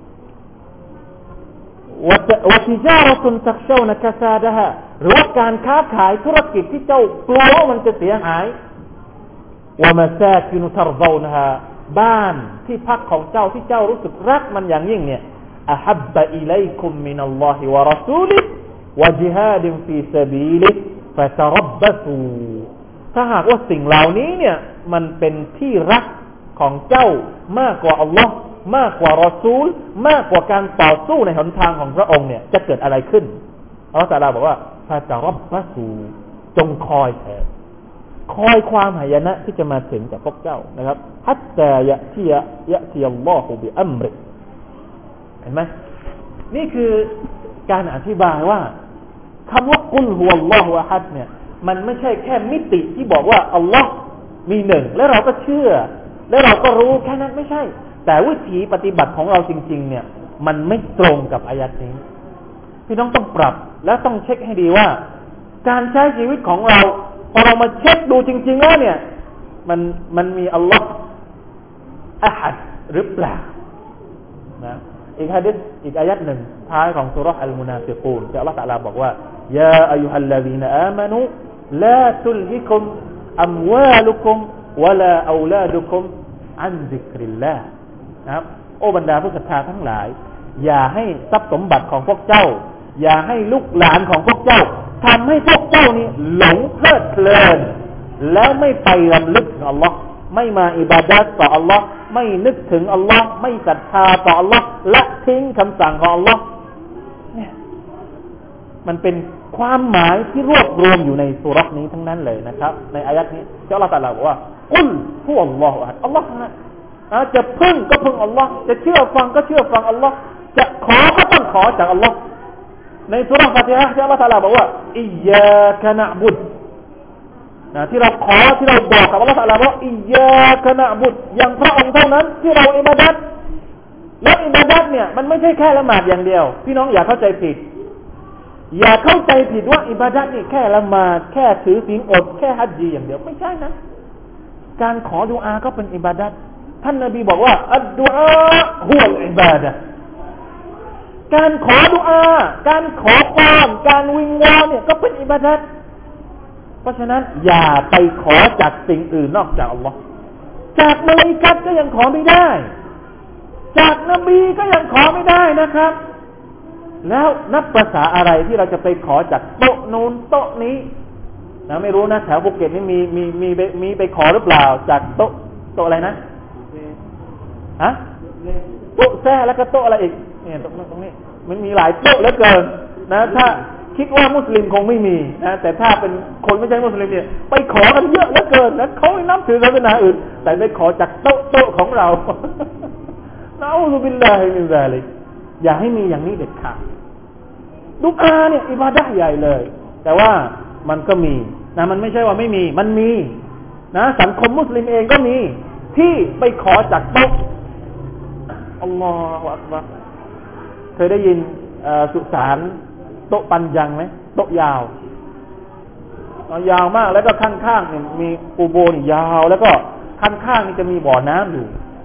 A: วะติจาระตุนตักเชานะกะซาดะฮะหรือว่าการค้าขายธุรกิจที่เจ้ากลัวว่ามันจะเสียหายวะมะซาคินุตัรฎาวนะฮะบ้านที่พักของเจ้าที่เจ้ารู้สึกรักมันอย่างยิ่งเนี่ยอะฮับบะอิลัยกุมมินัลลอฮิวะรอซูลิฮิวะญิฮาดินฟีซะบีลิฮิฟะตะรับบะซูถ้าหากว่าสิ่งเหล่านี้เนี่ยมันเป็นที่รักของเจ้ามากกว่าอัลลอฮ์มากกว่ารอซูลมากกว่าการต่อสู้ในหนทางของพระองค์เนี่ยจะเกิดอะไรขึ้นอัลเลาะห์ตะอาลาบอกว่าฟะตะรับบะซูจงคอยเถิดคอยความหายนะที่จะมาถึงกับพวกเจ้านะครับฮัตตายะทีอัลลอฮุบิอัมริเห็นไหมนี่คือการอธิบายว่าคำว่ากุลฮุวัลลอฮุอะฮัดเนี่ยมันไม่ใช่แค่มิติที่บอกว่าอัลลอฮ์มีหนึ่งแล้วเราก็เชื่อแล้วเราก็รู้แค่นั้นไม่ใช่แต่วิธีปฏิบัติของเราจริงๆเนี่ยมันไม่ตรงกับอายัดนี้พี่น้องต้องปรับและต้องเช็คให้ดีว่าการใช้ชีวิตของเราพอเรามาเช็คดูจริงๆแล้วเนี่ยมันมีอัลลอฮ์อะฮัดหรือเปล่านะอีกหะดีษอีกอายัดหนึ่งท้ายของซูเราะห์อัลมุนาฟิกูนที่อัลเลาะห์ตะอาลาบอกว่ายาอัยยูฮัลลซีนาอามานูลาตุลฮิกุมอัมวาลุกุมวะลาเอาลาดุกุมอันซิกริลลาห์นะครับโอ้บรรดาผู้ศรัทธาทั้งหลายอย่าให้ทรัพย์สมบัติของพวกเจ้าอย่าให้ลูกหลานของพวกเจ้าทำให้พวกเจ้านี่หลงเพลิดเพลินแล้วไม่ไปรำลึกถึงอัลลอฮ์ไม่มาอิบาดะห์ต่ออัลลอฮ์ไม่นึกถึงอัลลอฮ์ไม่ศรัทธาต่ออัลลอฮ์ละทิ้งคำสั่งของอัลลอฮ์เนี่ยมันเป็นความหมายที่รวบรวมอยู่ในซูเราะห์นี้ทั้งนั้นเลยนะครับในอายัดนี้ที่อัลเลาะห์ตะอาลาบอกว่ากุลฮุวัลลอฮุอะฮัดอัลลอฮ์นะจะพึ่งก็พึ่งอัลลอฮ์จะเชื่อฟังก็เชื่อฟังอัลลอฮ์จะขอก็ต้องขอจากอัลลอฮ์ในซูเราะห์ฟาติฮะห์ที่อัลเลาะห์ตะอาลาบอกว่าอิยยากะนะอ์บุดที่เราขอที่เราบอกกับอัลเลาะห์ตะอาลาว่าอิยยากะนะอ์บุดอย่างพระองค์เท่านั้นที่เราอิบาดัตแล้วอิบาดัตเนี่ยมันไม่ใช่แค่ละหมาดอย่างเดียวพี่น้องอย่าเข้าใจผิดอย่าเข้าใจผิดว่าอิบาดัตนี่แค่ละหมาดแค่ถือศีลอดแค่ฮัจญีอย่างเดียวไม่ใช่นะการขอดุอาก็เป็นอิบาดัตท่านนบีบอกว่าอัดดุอาฮุวัลอิบาดะห์การขอดุอาการขอความการวิงวอนเนี่ยก็เป็นอิบาดัตเพราะฉะนั้นอย่าไปขอจากสิ่งอื่นนอกจากอัลลอฮ์จากมลาอิกะฮ์ก็ยังขอไม่ได้จากนบีก็ยังขอไม่ได้นะครับแล้วนับภาษาอะไรที่เราจะไปขอจากโต๊ะนู้นโต๊ะนี้นะไม่รู้นะแถวภูเก็ตนี่มีไปขอหรือเปล่าจากโต๊ะอะไรนะฮะโต๊ะแซ่แล้วก็โต๊ะอะไรอีกเนี่ยตรงนี้มันมีหลายโต๊ะเหลือเกินนะถ้าคิดว่ามุสลิมคงไม่มีนะแต่ถ้าเป็นคนไม่ใช่มุสลิมเนี่ยไปขอกันเยอะเหลือเกินนะเขาไม่นับถือศาสนาอื่นแต่ไปขอจากโต๊ะของเรานะอูซุบิลลาฮิมินซาลิกอย่าให้มีอย่างนี้เด็ดขาดดุอาเนี่ยอิบาดะห์ใหญ่เลยแต่ว่ามันก็มีนะมันไม่ใช่ว่าไม่มีมันมีนะสังคมมุสลิมเองก็มีที่ไปขอจากโต๊ะอัลลอฮฺอักบัรเคยได้ยินสุสานโต๊ะปันยังไหมโต๊ะยาวยาวมากแล้วก็ข้างๆเนี่ยมีกูโบนี่ยาวแล้วก็ข้างๆนี่จะมีบ่อน้ำอยู่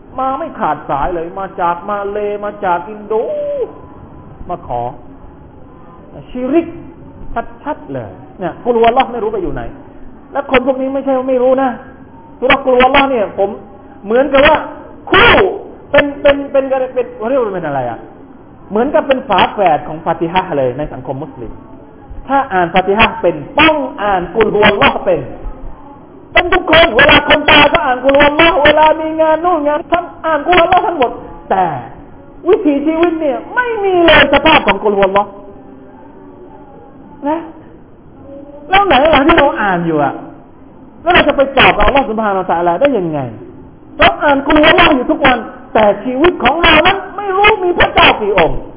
A: มาไม่ขาดสายเลยมาจากมาเลมาจากอินโดมาขอชิริกชัดๆเลยเนี่ยกุลวัลลอฮ์ไม่รู้ไปอยู่ไหนแล้วคนพวกนี้ไม่ใช่ไม่รู้นะสุราะห์กุลวัลลอฮ์เนี่ยผมเหมือนกับว่าคู่เป็นเรียกว่าเป็นอะไรอ่ะเหมือนกับเป็นฝาแฝดของฟาติฮะห์เลยในสังคมมุสลิมถ้าอ่านฟาติฮะห์เป็นต้องอ่านกุลวัลลอฮ์เป็นทุกคนเวลาคนตายก็อ่านกุลวัลลอฮ์เวลามีงานนู่นงานท่านอ่านกุลวัลลอฮ์ทั้งหมดแต่วิถีชีวิตเนี่ยไม่มีเลยสภาพของกุลวัลลอฮ์นะแล้วไหนล่ะที่เราอ่านอยู่อ่ะแล้วเราจะไปตอบกับอัลเลาะห์ซุบฮานะฮูวะตะอาลาได้ยังไงเราอ่านกุลวัลลอฮ์อยู่ทุกวันแต่ชีวิตของเรานั้นไม่รู้มีพระเจ้ากี่องค์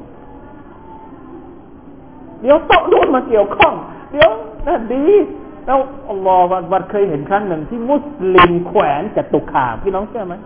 A: เดี๋ยวโต๊ะนู่นมาเกี่ยวข้องเดี๋ยวนั่นดีแล้วอัลลอฮฺวันเคยเห็นครั้งหนึ่งที่มุสลิมแขวนจตุคามพี่น้องเชื่อไหม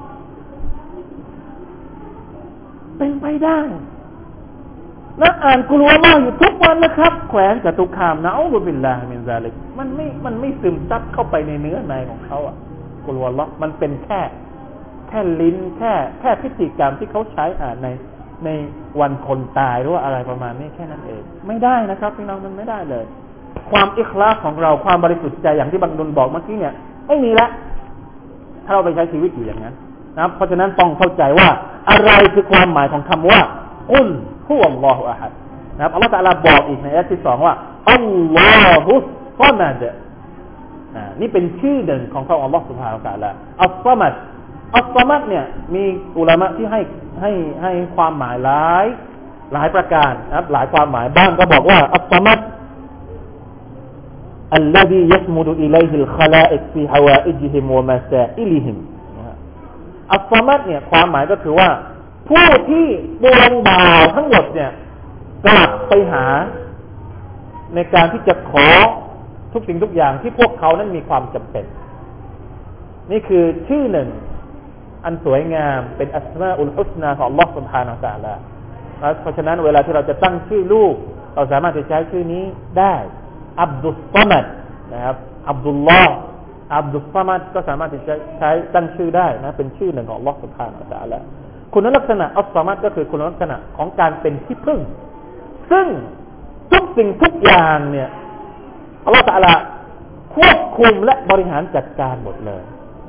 A: เป็นไปได้นะอ่านกุลวัลลอฮ์อยู่ทุกวันนะครับแขวนจตุคามนะอัลลอฮฺบิลลาฮิมินซาลิกมันไม่ซึมซับเข้าไปในเนื้อในของเขาอ่ะกุลวัลลอฮ์มันเป็นแค่ลิ้นแค่พิธีกรรมที่เขาใช้อ่านในวันคนตายหรือว่าอะไรประมาณนี้แค่นั้นเองไม่ได้นะครับพี่น้องมันไม่ได้เลยความอิคลาสของเราความบริสุทธิ์ใจอย่างที่บังดุลบอกเมื่อกี้เนี่ยไม่มีละถ้าเราไปใช้ชีวิตอยู่อย่างนั้นนะครับเพราะฉะนั้นต้องเข้าใจว่าอะไรคือความหมายของคำว่าอุลฮุวัลลอฮุอะฮัดนะครับอัลเลาะห์ตะอาลาบอกอีกในอายะห์ที่2ว่าอัลลอฮุศอมัดนี่เป็นชื่อหนึ่งของพระองค์อัลเลาะห์ซุบฮานะฮูวะตะอาลาอัศมัดเนี่ยมีอุลามะที่ให้ความหมายหลายประการนะครับหลายความหมายบ้างก็บอกว่าอัศมัดالذي يصمد إليه الخلائق في حوائجهم ومسائلهم อัศมัดเนี่ยความหมายก็คือว่าผู้ที่ดวงดาวทั้งหมดเนี่ยกลับไปหาในการที่จะขอทุกสิ่งทุกอย่างที่พวกเขานั้นมีความจำเป็นนี่คือชื่อหนึ่งอันสวยงามเป็นอัสมาอุลฮุสนาของอัลเลาะห์ซุบฮานะฮูวะตะอาลาเพราะฉะนั้นเวลาที่เราจะตั้งชื่อลูกเราสามารถจะใช้ชื่อนี้ได้อับดุสซอมัดนะครับอับดุลลอฮ์อับดุสซอมัดก็สามารถที่จะใช้ตั้งชื่อได้นะเป็นชื่อหนึ่งของอัลเลาะห์ซุบฮานะฮูวะตะอาลาคุณลักษณะอัสซอมัดก็คือคุณลักษณะของการเป็นที่พึ่งซึ่งทุกสิ่งทุกอย่างเนี่ยอัลเลาะห์ตะอาลาควบคุมและบริหารจัดการหมดเลย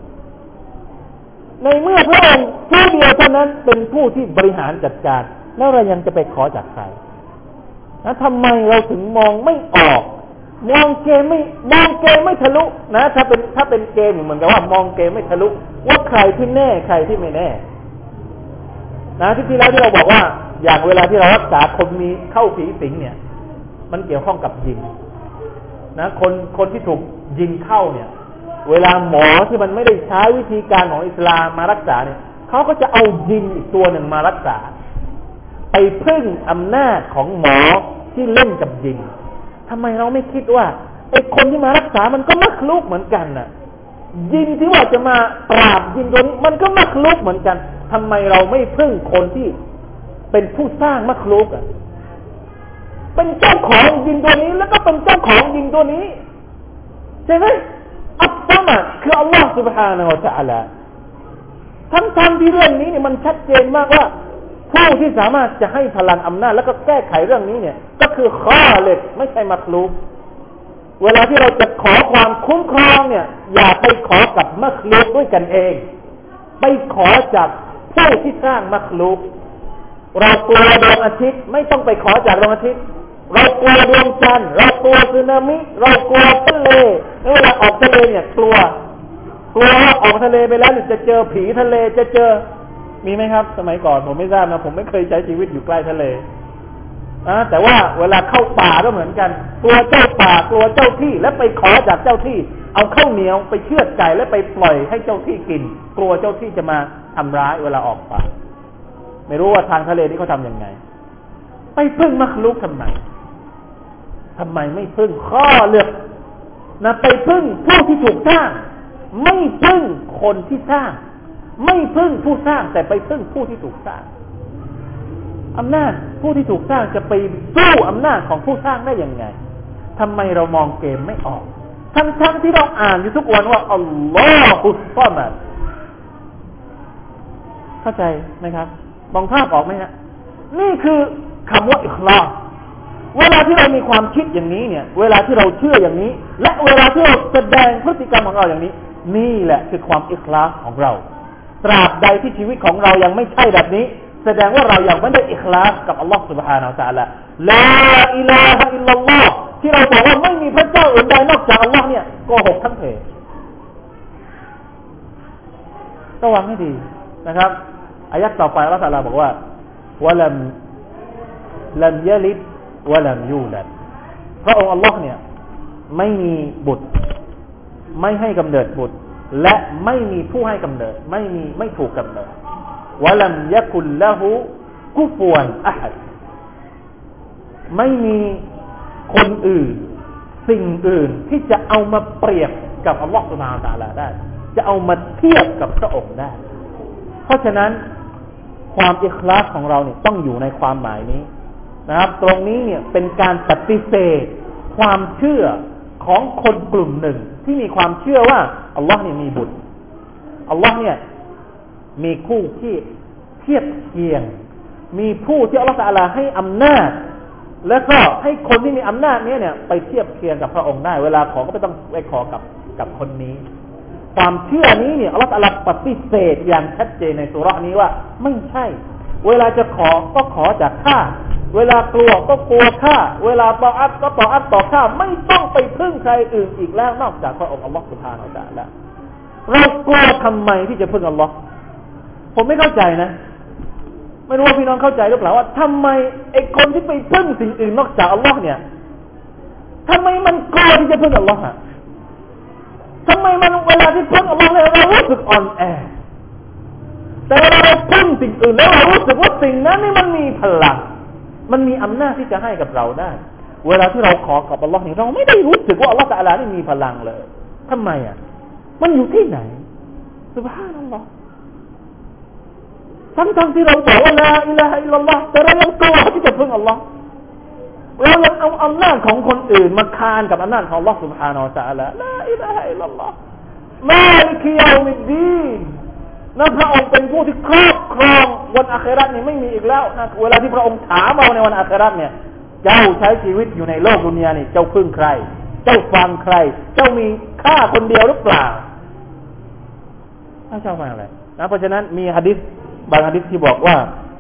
A: ในเมื่อพระองค์ผู้เดียวเท่านั้นเป็นผู้ที่บริหารจัดการแล้วเรายังจะไปขอจากใครนะทำไมเราถึงมองไม่ออกมองเกมไม่ทะลุนะถ้าเป็นเกมเหมือนกับว่ามองเกมไม่ทะลุว่าใครที่แน่ใครที่ไม่แน่นะที่แล้วที่เราบอกว่าอย่างเวลาที่เรารักษาคนมีเข้าผีสิงเนี่ยมันเกี่ยวข้องกับยิงนะคนที่ถูกยิงเข้าเนี่ยเวลาหมอที่มันไม่ได้ใช้วิธีการของอิสลามมารักษาเนี่ยเขาก็จะเอายิงอีกตัวหนึ่งมารักษาไปพึ่งอำนาจของหมอที่เล่นกับยิงทำไมเราไม่คิดว่าไอ้คนที่มารักษามันก็มักลุกเหมือนกันน่ะยิงที่ว่าจะมาปราบยิงตัวนี้มันก็มักลุกเหมือนกันทำไมเราไม่พึ่งคนที่เป็นผู้สร้างมักลุกอ่ะเป็นเจ้าของยิงตัวนี้แล้วก็เป็นเจ้าของยิงตัวนี้ใช่ไหมอัลลอฮ์คืออัลลอฮ์ سبحانه และ تعالى ทั้งที่เรื่องนี้เนี่ยมันชัดเจนมากว่าผู้ที่สามารถจะให้พลังอำนาจแล้วก็แก้ไขเรื่องนี้เนี่ยก็คือคอลิกไม่ใช่มักลุกเวลาที่เราจะขอความคุ้มครองเนี่ยอย่าไปขอกับมักลุกด้วยกันเองไปขอจากผู้ที่สร้างมักลุกเรากลัวดวงอาทิตย์ไม่ต้องไปขอจากดวงอาทิตย์เรากลัวดวงจันทร์เรากลัวสึนามิเรากลัวทะเลเวลาออกทะเลเนี่ยกลัวว่าออกทะเลไปแล้วจะเจอผีทะเลจะเจอมีไหมครับสมัยก่อนผมไม่ทราบนะผมไม่เคยใช้ชีวิตอยู่ใกล้ทะเลแต่ว่าเวลาเข้าป่าก็เหมือนกันกลัวเจ้าป่ากลัวเจ้าที่และไปขอจากเจ้าที่เอาข้าวเหนียวไปเชือดไก่และไปปล่อยให้เจ้าที่กินกลัวเจ้าที่จะมาทำร้ายเวลาออกป่าไม่รู้ว่าทางทะเลนี่เขาทำยังไงไปพึ่งมักลุกทำไมไม่พึ่งข้อเลือกนะไปพึ่งผู้ที่ถูกสร้างไม่พึ่งคนที่สร้างไม่พึ่งผู้สร้างแต่ไปพึ่งผู้ที่ถูกสร้างอำนาจผู้ที่ถูกสร้างจะไปสู้อำนาจของผู้สร้างได้ยังไงทำไมเรามองเกมไม่ออกทั้งที่เราอ่านอยู่ทุกวันว่าอัลลอฮุศอมัดเข้าใจไหมครับมองภาพออกไหมฮะนี่คือคำว่าอิคลาสเวลาที่เรามีความคิดอย่างนี้เนี่ยเวลาที่เราเชื่ออย่างนี้และเวลาที่เราแสดงพฤติกรรมของเราอย่างนี้นี่แหละคือความอิคลาสของเราตราบใดที่ชีวิตของเรายังไม่ใช่แบบนี้แสดงว่าเรายังไม่ได้อิคลาสกับอัลลอฮฺ سبحانه และ تعالى ลาอิลาฮะอิลลัลลอฮ์ที่เราบอกว่าไม่มีพระเจ้าอื่นใดนอกจากอัลลอฮ์เนี่ยโกหกทั้งเพระวังให้ดีนะครับอายะห์ต่อไปอัลเลาะห์ตะอาลาบอกว่าวะลัมยะลิดวะลัมยูลัดพระองค์อัลเลาะห์เนี่ยไม่มีบุตรไม่ให้กำเนิดบุตรและไม่มีผู้ให้กำเนิดไม่ถูกกำเนิดวะลัมยะกุลละฮูกุฟวันอะฮัดไม่มีคนอื่นสิ่งอื่นที่จะเอามาเปรียบกับอัลเลาะห์ซุบฮานะฮูวะตะอาลาได้จะเอามาเทียบกับพระองค์ได้เพราะฉะนั้นความอิคลาสของเราเนี่ยต้องอยู่ในความหมายนี้นะครับตรงนี้เนี่ยเป็นการปฏิเสธความเชื่อของคนกลุ่มหนึ่งที่มีความเชื่อว่าอัลลอฮ์เนี่ยมีบุตรอัลลอฮ์เนี่ยมีคู่ที่เทียบเคียงมีผู้ที่อัลลอฮ์ตะอาลาให้อำนาจแล้วก็ให้คนที่มีอำนาจนี้เนี่ยไปเทียบเคียงกับพระองค์ได้เวลาขอก็ไม่ต้องไปขอกับคนนี้ความเชื่อนี้เนี่ยอัลเลาะห์ตะอาลาปฏิเสธอย่างชัดเจนในซูเราะห์นี้ว่าไม่ใช่เวลาจะขอก็ขอจากข้าเวลากลัวก็กลัวข้าเวลาตออัตก็ตออัตต่อข้าไม่ต้องไปพึ่งใครอื่นอีกแล้วนอกจากพระองค์อัลเลาะห์ซุบฮานะฮูวะตะอาลาเรากลัวทำไมที่จะพึ่งอัลเลาะห์ผมไม่เข้าใจนะไม่รู้ว่าพี่น้องเข้าใจหรือเปล่าว่าทำไมไอ้คนที่ไปพึ่งสิ่งอื่นนอกจากอัลเลาะห์เนี่ยทำไมมันกลัวที่จะพึ่งอัลเลาะห์ทำไมมันเวลาที่พึ่งอัลลอฮ์แล้วเรารู้สึกอ่อนแอแต่เวลาเราพึ่งสิ่งอื่นแล้วเรารู้สึกว่าสิ่งนั้นนี่มันมีพลังมันมีอำนาจที่จะให้กับเราได้เวลาที่เราขอกับอัลลอฮ์นี่เราไม่ได้รู้สึกว่าอัลลอฮ์ตะอาลานี่มีพลังเลยทำไมมันอยู่ที่ไหนซุบฮานัลลอฮ์ทั้งที่เราบอกว่าลาอิลาฮะอิลลัลลอฮ์แต่เรายังกลัวที่จะพึ่งอัลลอฮ์เรายังเอาอำนาจของคนอื่นมาคานกับอำนาจของอัลลอฮ์ سبحانه และ تعالى ลาอิลาฮะอิลลัลลอฮ์มาลิกยอมิดดีนนั่นพระองค์เป็นผู้ที่ครอบครองวันอาคิเราะห์นี่ไม่มีอีกแล้วนะเวลาที่พระองค์ถามเราในวันอาคิเราะห์เนี่ยเจ้าใช้ชีวิตอยู่ในโลกดุนยานี่เจ้าพึ่งใครเจ้าฟังใครเจ้ามีข้าคนเดียวหรือเปล่าเจ้าฟังอะไรนะเพราะฉะนั้นมีหะดีษบางหะดีษที่บอกว่า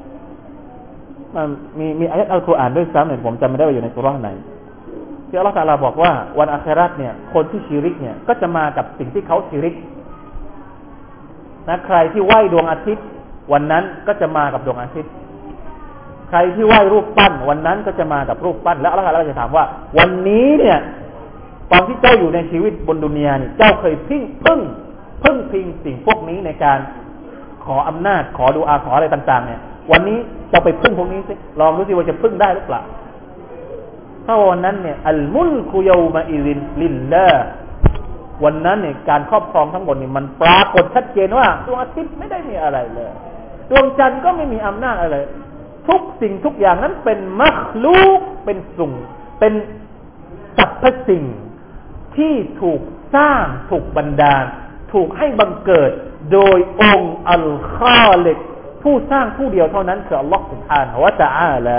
A: มีอายะห์อัลกุรอานด้วยซ้ำเนี่ยผมจำไม่ได้ว่าอยู่ในซูเราะห์ไหนที่อัลเลาะห์ตะอาลาบอกว่าวันอาคิเราะห์เนี่ยคนที่ชิริกเนี่ยก็จะมากับสิ่งที่เขาชิริกนะใครที่ไหว้ดวงอาทิตย์วันนั้นก็จะมากับดวงอาทิตย์ใครที่ไหว้รูปปั้นวันนั้นก็จะมากับรูปปั้นแล้วอัลเลาะห์ตะอาลาจะถามว่าวันนี้เนี่ยตอนที่เจ้าอยู่ในชีวิตบนดุนยานี่เจ้าเคยพึ่งพิงสิ่งพวกนี้ในการขออำนาจขอดุอาขออะไรต่างๆเนี่ยวันนี้จะไปพึ่งพวกนี้สิลองดูสิว่าจะพึ่งได้หรือเปล่าถ้าวันนั้นเนี่ยอัลมุลกุยอมะอิซินลิลลาห์วันนั้นเนี่ยการครอบครองทั้งหมดนี่มันปรากฏชัดเจนว่าดวงอาทิตย์ไม่ได้มีอะไรเลยดวงจันทร์ก็ไม่มีอำนาจอะไรทุกสิ่งทุกอย่างนั้นเป็นมัคลูกเป็นสุ่งเป็นสรรพสิ่งที่ถูกสร้างถูกบันดาลถูกให้บังเกิดโดยองค์อัลคอลิกผู้สร้างผู้เดียวเท่านั้นคืออัลลอฮฺ سبحانه และ تعالى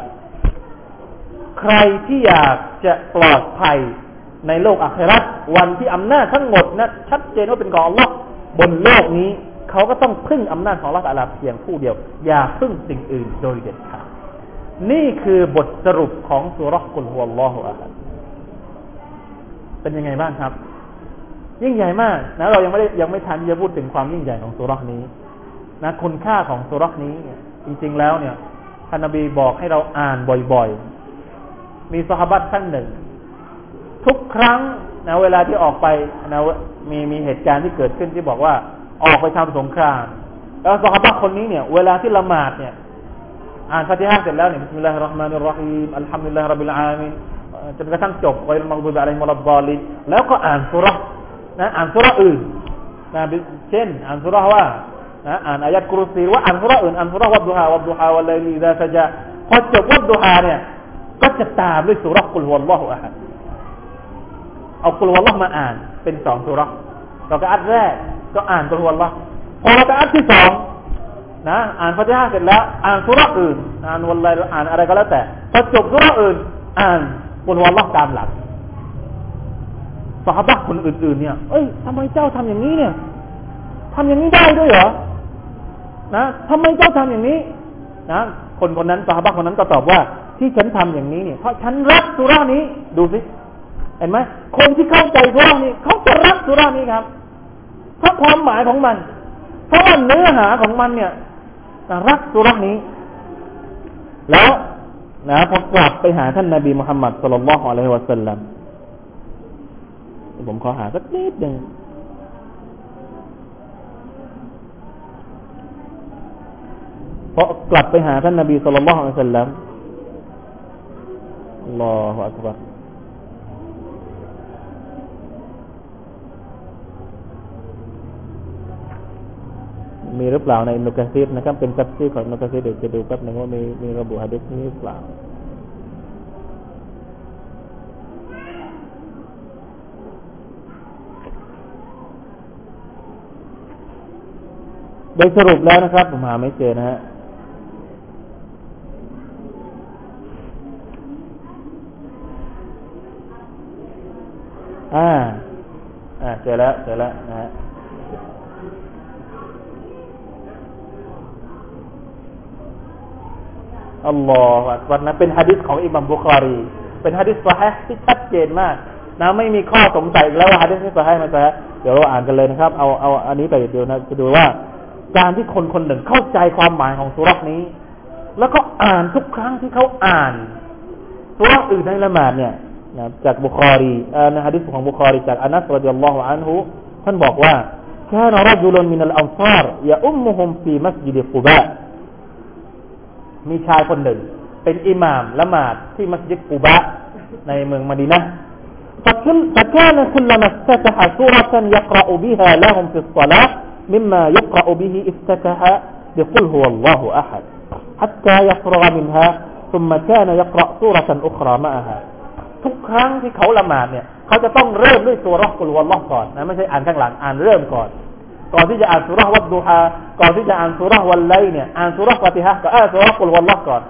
A: ใครที่อยากจะปลอดภัยในโลกอาคิเราะห์วันที่อำนาจทั้งหมดนะชัดเจนว่าเป็นของอัลลอฮฺบนโลกนี้เขาก็ต้องพึ่งอำนาจของอัลลอฮฺตะอาลาเพียงผู้เดียวอย่าพึ่งสิ่งอื่นโดยเด็ดขาดนี่คือบทสรุปของซูเราะห์กุลฮุวัลลอฮุอะฮัดเป็นยังไงบ้างครับยิ่งใหญ่มากนะเรายังไม่ทันจะพูดถึงความยิ่งใหญ่ของซูเราะห์นี้นะคุณค่าของซูเราะห์นี้จริงๆแล้วเนี่ยท่านนบีบอกให้เราอ่านบ่อยๆมีซอฮาบะห์ท่านหนึ่งทุกครั้งนะเวลาที่ออกไปนะมีเหตุการณ์ที่เกิดขึ้นที่บอกว่าออกไปทำสงครามแล้วซอฮาบะห์คนนี้เนี่ยเวลาที่ละหมาดเนี่ยอ่านฟาติฮะห์เสร็จแล้วเนี่ยบิสมิลลาฮิรเราะห์มานิรเราะฮีมอัลฮัมดุลิลลาฮิร็อบบิลอาลามีนจนกระทั่งจบกัอยรุลมัฆฎูบิอะลัยฮิมวัลฎอลลีนแล้วก็อ่านซูเราะห์นะอ่านซูเราะห์อื่นนะเช่นอ่านซูเราะห์ว่าอ่านอายะห์กุรซีว่าอ่านซูเราะห์อื่นอ่านซูเราะห์วัดดุฮาวัลไลลิอิซาซะญะพอจบวัดดุฮาเนี่ยก็จะตามด้วยซูเราะห์กุลฮุวัลลอฮุอะฮัดเอากุลฮุวัลลอฮ์มาอ่านเป็น2ซูเราะห์เราก็อัดแรกก็อ่านกุลฮุวัลลอฮ์พอเราก็อัดที่2 นะอ่านฟาติฮะห์เสร็จแล้วอ่านซูเราะห์อื่นอ่านวัลลอฮ์อ่านอะไรก็แล้วแต่พอจบซูเราะห์อื่นอ่านกุลวัลลอฮ์ตามหลังซอฮาบะห์คนอื่นๆเนี่ยทำไมเจ้าทำอย่างนี้เนี่ยทำอย่างนี้ได้ด้วยเหรอนะทำไมเจ้าทำอย่างนี้นะคนนั้นซอฮาบะห์คนนั้นก็ตอบว่าที่ฉันทำอย่างนี้เนี่ยเพราะฉันรักซูเราะห์นี้ดูสิเห็นไหมคนที่เข้าใจซูเราะห์นี้เขาจะรักซูเราะห์นี้ครับเพราะความหมายของมันเพราะว่าเนื้อหาของมันเนี่ยรักซูเราะห์นี้แล้วนะพอกลับไปหาท่านนบีมุฮัมมัดศ็อลลัลลอฮุอะลัยฮิวะซัลลัมผมขอหาสักนิดนึงพอกลับไปหาท่านนบีศ็อลลัลลอฮุอะลัยฮิวะซัลลัมอัลลอฮุอักบัรมีหรือเปล่าในอิบนุกะซีรนะครับเป็นตัฟซีรของอิบนุกะซีรเดี๋ยวจะดูแป๊บนึงว่ามีระบุหะดีษนี้หรือเปล่าโดยสรุปแล้วนะครับผมหาไม่เจอนะฮะเจอแล้วนะฮะอัลลอฮฺอักบัรนะเป็นหะดีษของอิหม่ามบุคอรีเป็นหะดีษซอฮีฮ์ที่ชัดเจนมากนะไม่มีข้อสงสัยแล้วว่าหะดีษนี้ซอฮีฮ์มั้ยซอฮีฮ์เดี๋ยวเราอ่านกันเลยนะครับเอาอันนี้ไปเดี๋ยวนะจะดูว่าการที่คนหนึ่งเข้าใจความหมายของซูเราะห์นี้แล้วก็อ่านทุกครั้งที่เขาอ่านซูเราะห์อื่นในละหมาดเนี่ยนะจากบุคอรีในหะดีษของบุคอรีจากอานัสรอฎิยัลลอฮุอันฮุท่านบอกว่าكان رجل من الأنصار يؤمهم في مسجد قباء มีชายคนหนึ่งเป็นอิหม่ามละหมาดที่มัสยิดกุบะในเมืองมะดีนะห์ فكان كلما افتتح سورة يقرأ بها لهم في الصلاة مما يقرأ به افتتح بقل هو الله أحد حتى يفرغ منها ثم كان يقرأ سورة أخرى معها ทุกครั้งที่เขาละหมาดเนี่ยเขาจะต้องเริ่มด้วยซูเราะห์กุลวัลลอฮ์ก่อนนะไม่ใช่อ่านข้างหลังอ่านเริ่มก่อนที่จะอ่านซูเราะห์วัดดูฮาก่อนที่จะอ่านซูเราะห์วัลไลเนี่ยอ่านซูเราะห์ฟาติฮะห์ก็อ่านซูเราะห์กุลวัลลอฮ์ก่อน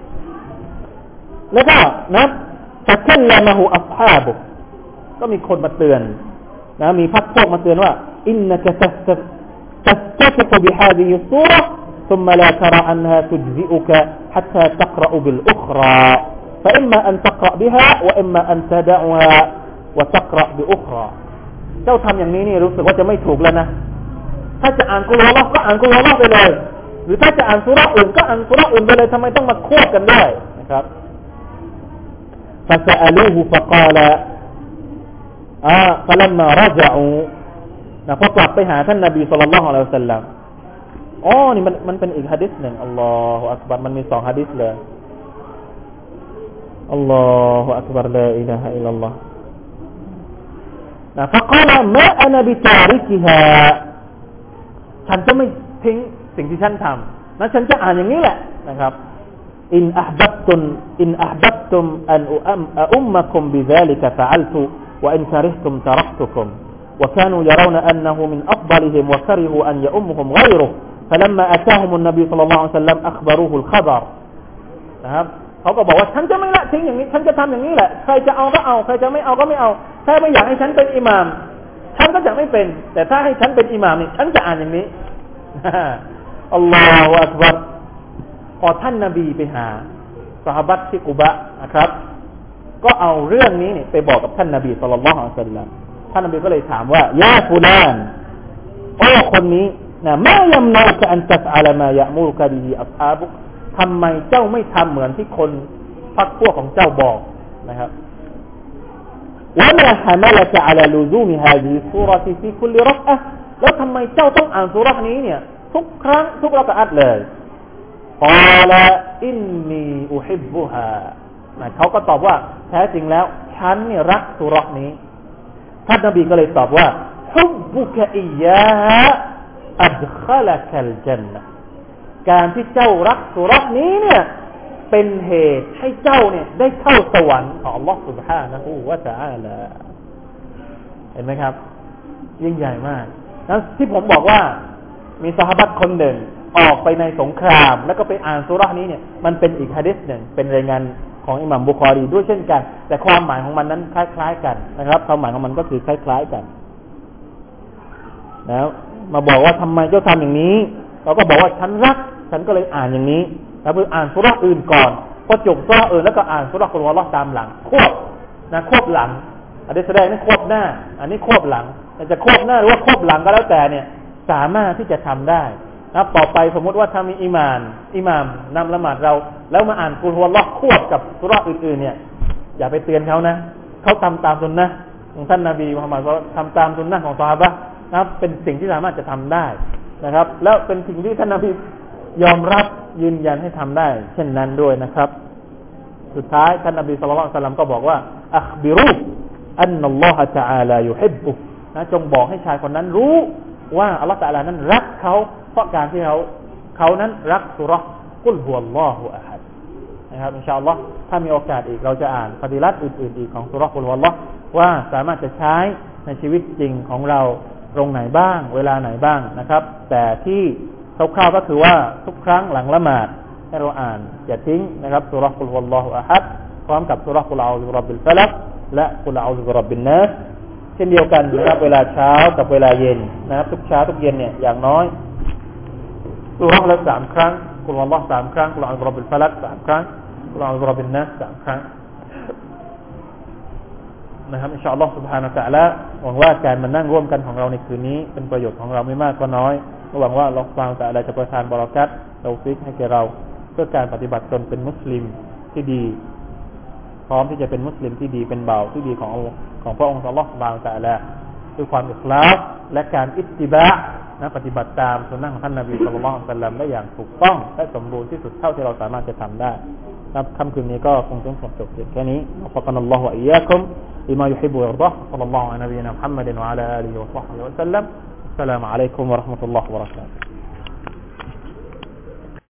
A: แล้วก็นะตะคัลละมะฮูอัศฮาบุก็มีคนมาเตือนนะมีพรรคพวกมาเตือนว่าอินนะกะตัสบิฮาซิฮิสซูเราะห์ ثم لا ترى أنها تجزئك حتى تقرأ بالأخرى فإما أن تقرأ بها وإما أن تدعها وتقرأ بأخرى เจ้าทำอย่างนี้นี่รู้สึกว่าจะไม่ถูกแล้วนะถ้าจะอ่านกุลวัลลอฮ์ก็อ่านกุลวัลลอฮ์ไปเลยหรือถ้าจะอ่านซูเราะห์อื่นก็อ่านซูเราะห์อื่นไปเลยทำไมต้องมาควบกันด้วยนะครับ فسألوه فقال فلما رجعوا นะพอกลับไปหาท่านนบีศ็อลลัลลอฮุอะลัยฮิวะซัลลัมนี่มันเป็นอีกหะดีษหนึ่งอัลลอฮุอักบัรมันมี2หะดีษเลยอัลลอฮุอักบัรลาอิลาฮะอิลลัลลอฮนะ فقال ما أنا بتاركها ฉันจะไม่ทิ้งสิ่งที่ฉันทำนะฉันจะอ่านอย่างนี้แหละนะครับอินอะห์บับตุมอันอุมมะกุมบิซาลิกะฟะอัลตุวะอินกะริฮตุมตะรักตุกุมวะกานูยะราวนะอันนะฮูมินอัฟฎลิฮิมวะกะริฮูอันยะอุมมุฮุมฆอยรุฮ فلما أتاهم النبي صلى الله عليه وسلم أخبروه الخبر นะครับเขาก็บอกว่าฉันจะไม่ละทิ้งอย่างนี้ฉันจะทำอย่างนี้แหละใครจะเอาก็เอาใครจะไม่เอาก็ไม่เอาถ้าไม่อยากให้ฉันเป็นอิหม่ามฉันก็จะไม่เป็นแต่ถ้าให้ฉันเป็นอิหม่ามนี่ฉันจะอ่านอย่างนี้อัลลอฮฺอักบัรพอท่านนบีไปหาซอฮาบะห์ที่กุบะนะครับก็เอาเรื่องนี้ไปบอกกับท่านนบีศ็อลลัลลอฮุอะลัยฮิวะซัลลัมท่านนบีก็เลยถามว่ายาฟุลานคนนี้นะมายำนาจะอันตัฟอะลามายะมูรุกะบิฮิอัศฮาบุกทำไมเจ้าไม่ทำเหมือนที่คนพรรคพวกของเจ้าบอกนะครับวะมาฮะมะละกะอะลาลุซูมฮาซิฮิซูเราะห์ฟีคุลลิเราะอะห์แล้วทำไมเจ้าต้องอ่านซูเราะห์นี้เนี่ยทุกครั้งทุกเราะกะอะฮ์เลยกาลาอินนีอุฮิบบุฮาเขาก็ตอบว่าแท้จริงแล้วฉันเนี่ยรักซูเราะห์นี้ท่านนบีก็เลยตอบว่าฮุบบุกะอิยาฮะอัดคอละกัลญันนะห์การที่เจ้ารักซูเราะห์นี้เนี่ยเป็นเหตุให้เจ้าเนี่ยได้เข้าสวรรค์ของอัลเลาะห์ซุบฮานะฮูวะตะอาลาเห็นไหมครับยิ่งใหญ่มากนั้นที่ผมบอกว่ามีซอฮาบะห์คนหนึ่งออกไปในสงครามแล้วก็ไปอ่านซูเราะห์นี้เนี่ยมันเป็นอีกหะดีษหนึ่งเป็นรายงานของอิหม่ามบุคอรีด้วยเช่นกันแต่ความหมายของมันนั้นคล้ายๆกันนะครับความหมายของมันก็คือคล้ายๆกันแล้วมาบอกว่าทำไมเจ้าทำอย่างนี้เราก็บอกว่าฉันรักฉันก็เลยอ่านอย่างนี้แล้วไปอ่านซูเราะห์อื่นก่อนพอจบซูเราะห์อื่นแล้วก็อ่านซูเราะห์กุลวัลลอฮ์ตามหลังควบหลังอันนี้แสดงนี่ควบหน้าอันนี้ควบหลังแต่จะควบหน้าหรือว่าควบหลังก็แล้วแต่เนี่ยสามารถที่จะทำได้นะต่อไปสมมุติว่าถ้ามีอิหม่ามนำละหมาดเราแล้วมาอ่านกุลวัลลอฮ์ควบกับซูเราะห์อื่นๆเนี่ยอย่าไปเตือนเขานะเขาทำตามสุนนะของท่านนบีมุฮัมมัดก็ทำตามสุนนะของซอฮาบะห์นะครับเป็นสิ่งที่สามารถจะทำได้นะครับแล้วเป็นสิ่งที่ท่านนบียอมรับยืนยันให้ทำได้เช่นนั้นด้วยนะครับสุดท้ายท่านนบีศ็อลลัลลอฮุอะลัยฮิวะซัลลัมก็บอกว่าอัคบิรูอันนัลลอฮะตะอาลายุฮิบบุนะจงบอกให้ชายคนนั้นรู้ว่าอัลเลาะห์ตะอาลานั้นรักเขาเพราะการที่เขานั้นรักซูเราะห์กุลฮุวัลลอฮุอะฮัดนะครับอินชาอัลลอฮ์ถ้ามีโอกาสอีกเราจะอ่านฟะดีลัตอื่นๆอีกของซูเราะห์กุลฮุวัลลอฮ์ว่าสามารถจะใช้ในชีวิตจริงของเราตรงไหนบ้างเวลาไหนบ้างนะครับแต่ที่คร่าวๆก็คือว่าทุกครั้งหลังละหมาดให้เราอ่านอย่าทิ้งนะครับซูเราะห์กุลฮุวัลลอฮุอะฮัดพร้อมกับซูเราะห์กุลอาอูซุบิร็อบบิลฟะลักและกุลอาอูซุบิร็อบบินนัสเช่นเดียวกันนะครับเวลาเช้ากับเวลาเย็นนะครับทุกเช้าทุกเย็นเนี่ยอย่างน้อยซูเราะห์ละ3ครั้งกุลฮุวัลลอฮ์3ครั้งกุลอาอูซุบิร็อบบิลฟะลัก3ครั้งกุลอาอูซุบิร็อบบินนัส3ครั้งนะครับอินชาอัลลอฮ์ سبحانه และ تعالى หวังว่าการมานั่งร่วมกันของเราในคืนนี้เป็นประโยชน์ของเราไม่มากก็น้อยหวังว่าอัลลอฮ์ سبحانه และ تعالى จะประทานบารอกัตตอฟิกให้แก่เราเพื่อการปฏิบัติตนเป็นมุสลิมที่ดีพร้อมที่จะเป็นมุสลิมที่ดีเป็นบ่าวที่ดีของพระองค์อัลลอฮ์ سبحانه และ تعالى ด้วยความอิคลาสและการอิตติบะอ์นะปฏิบัติตามสุนนะของท่านนบีศ็อลลัลลอฮุอะลัยฮิวะซัลลัมได้อย่างถูกต้องและสมบูรณ์ที่สุดเท่าที่เราสามารถจะทำได้ครับค่ำคืนนี้ก็คงต้องจบเพียงแค่นี้อัลลอฮฺอัลลอฮฺวะอียะกุมلما يحب ويرضاه صلى الله على نبينا محمد وعلى آله وصحبه وسلم السلام عليكم ورحمة الله وبركاته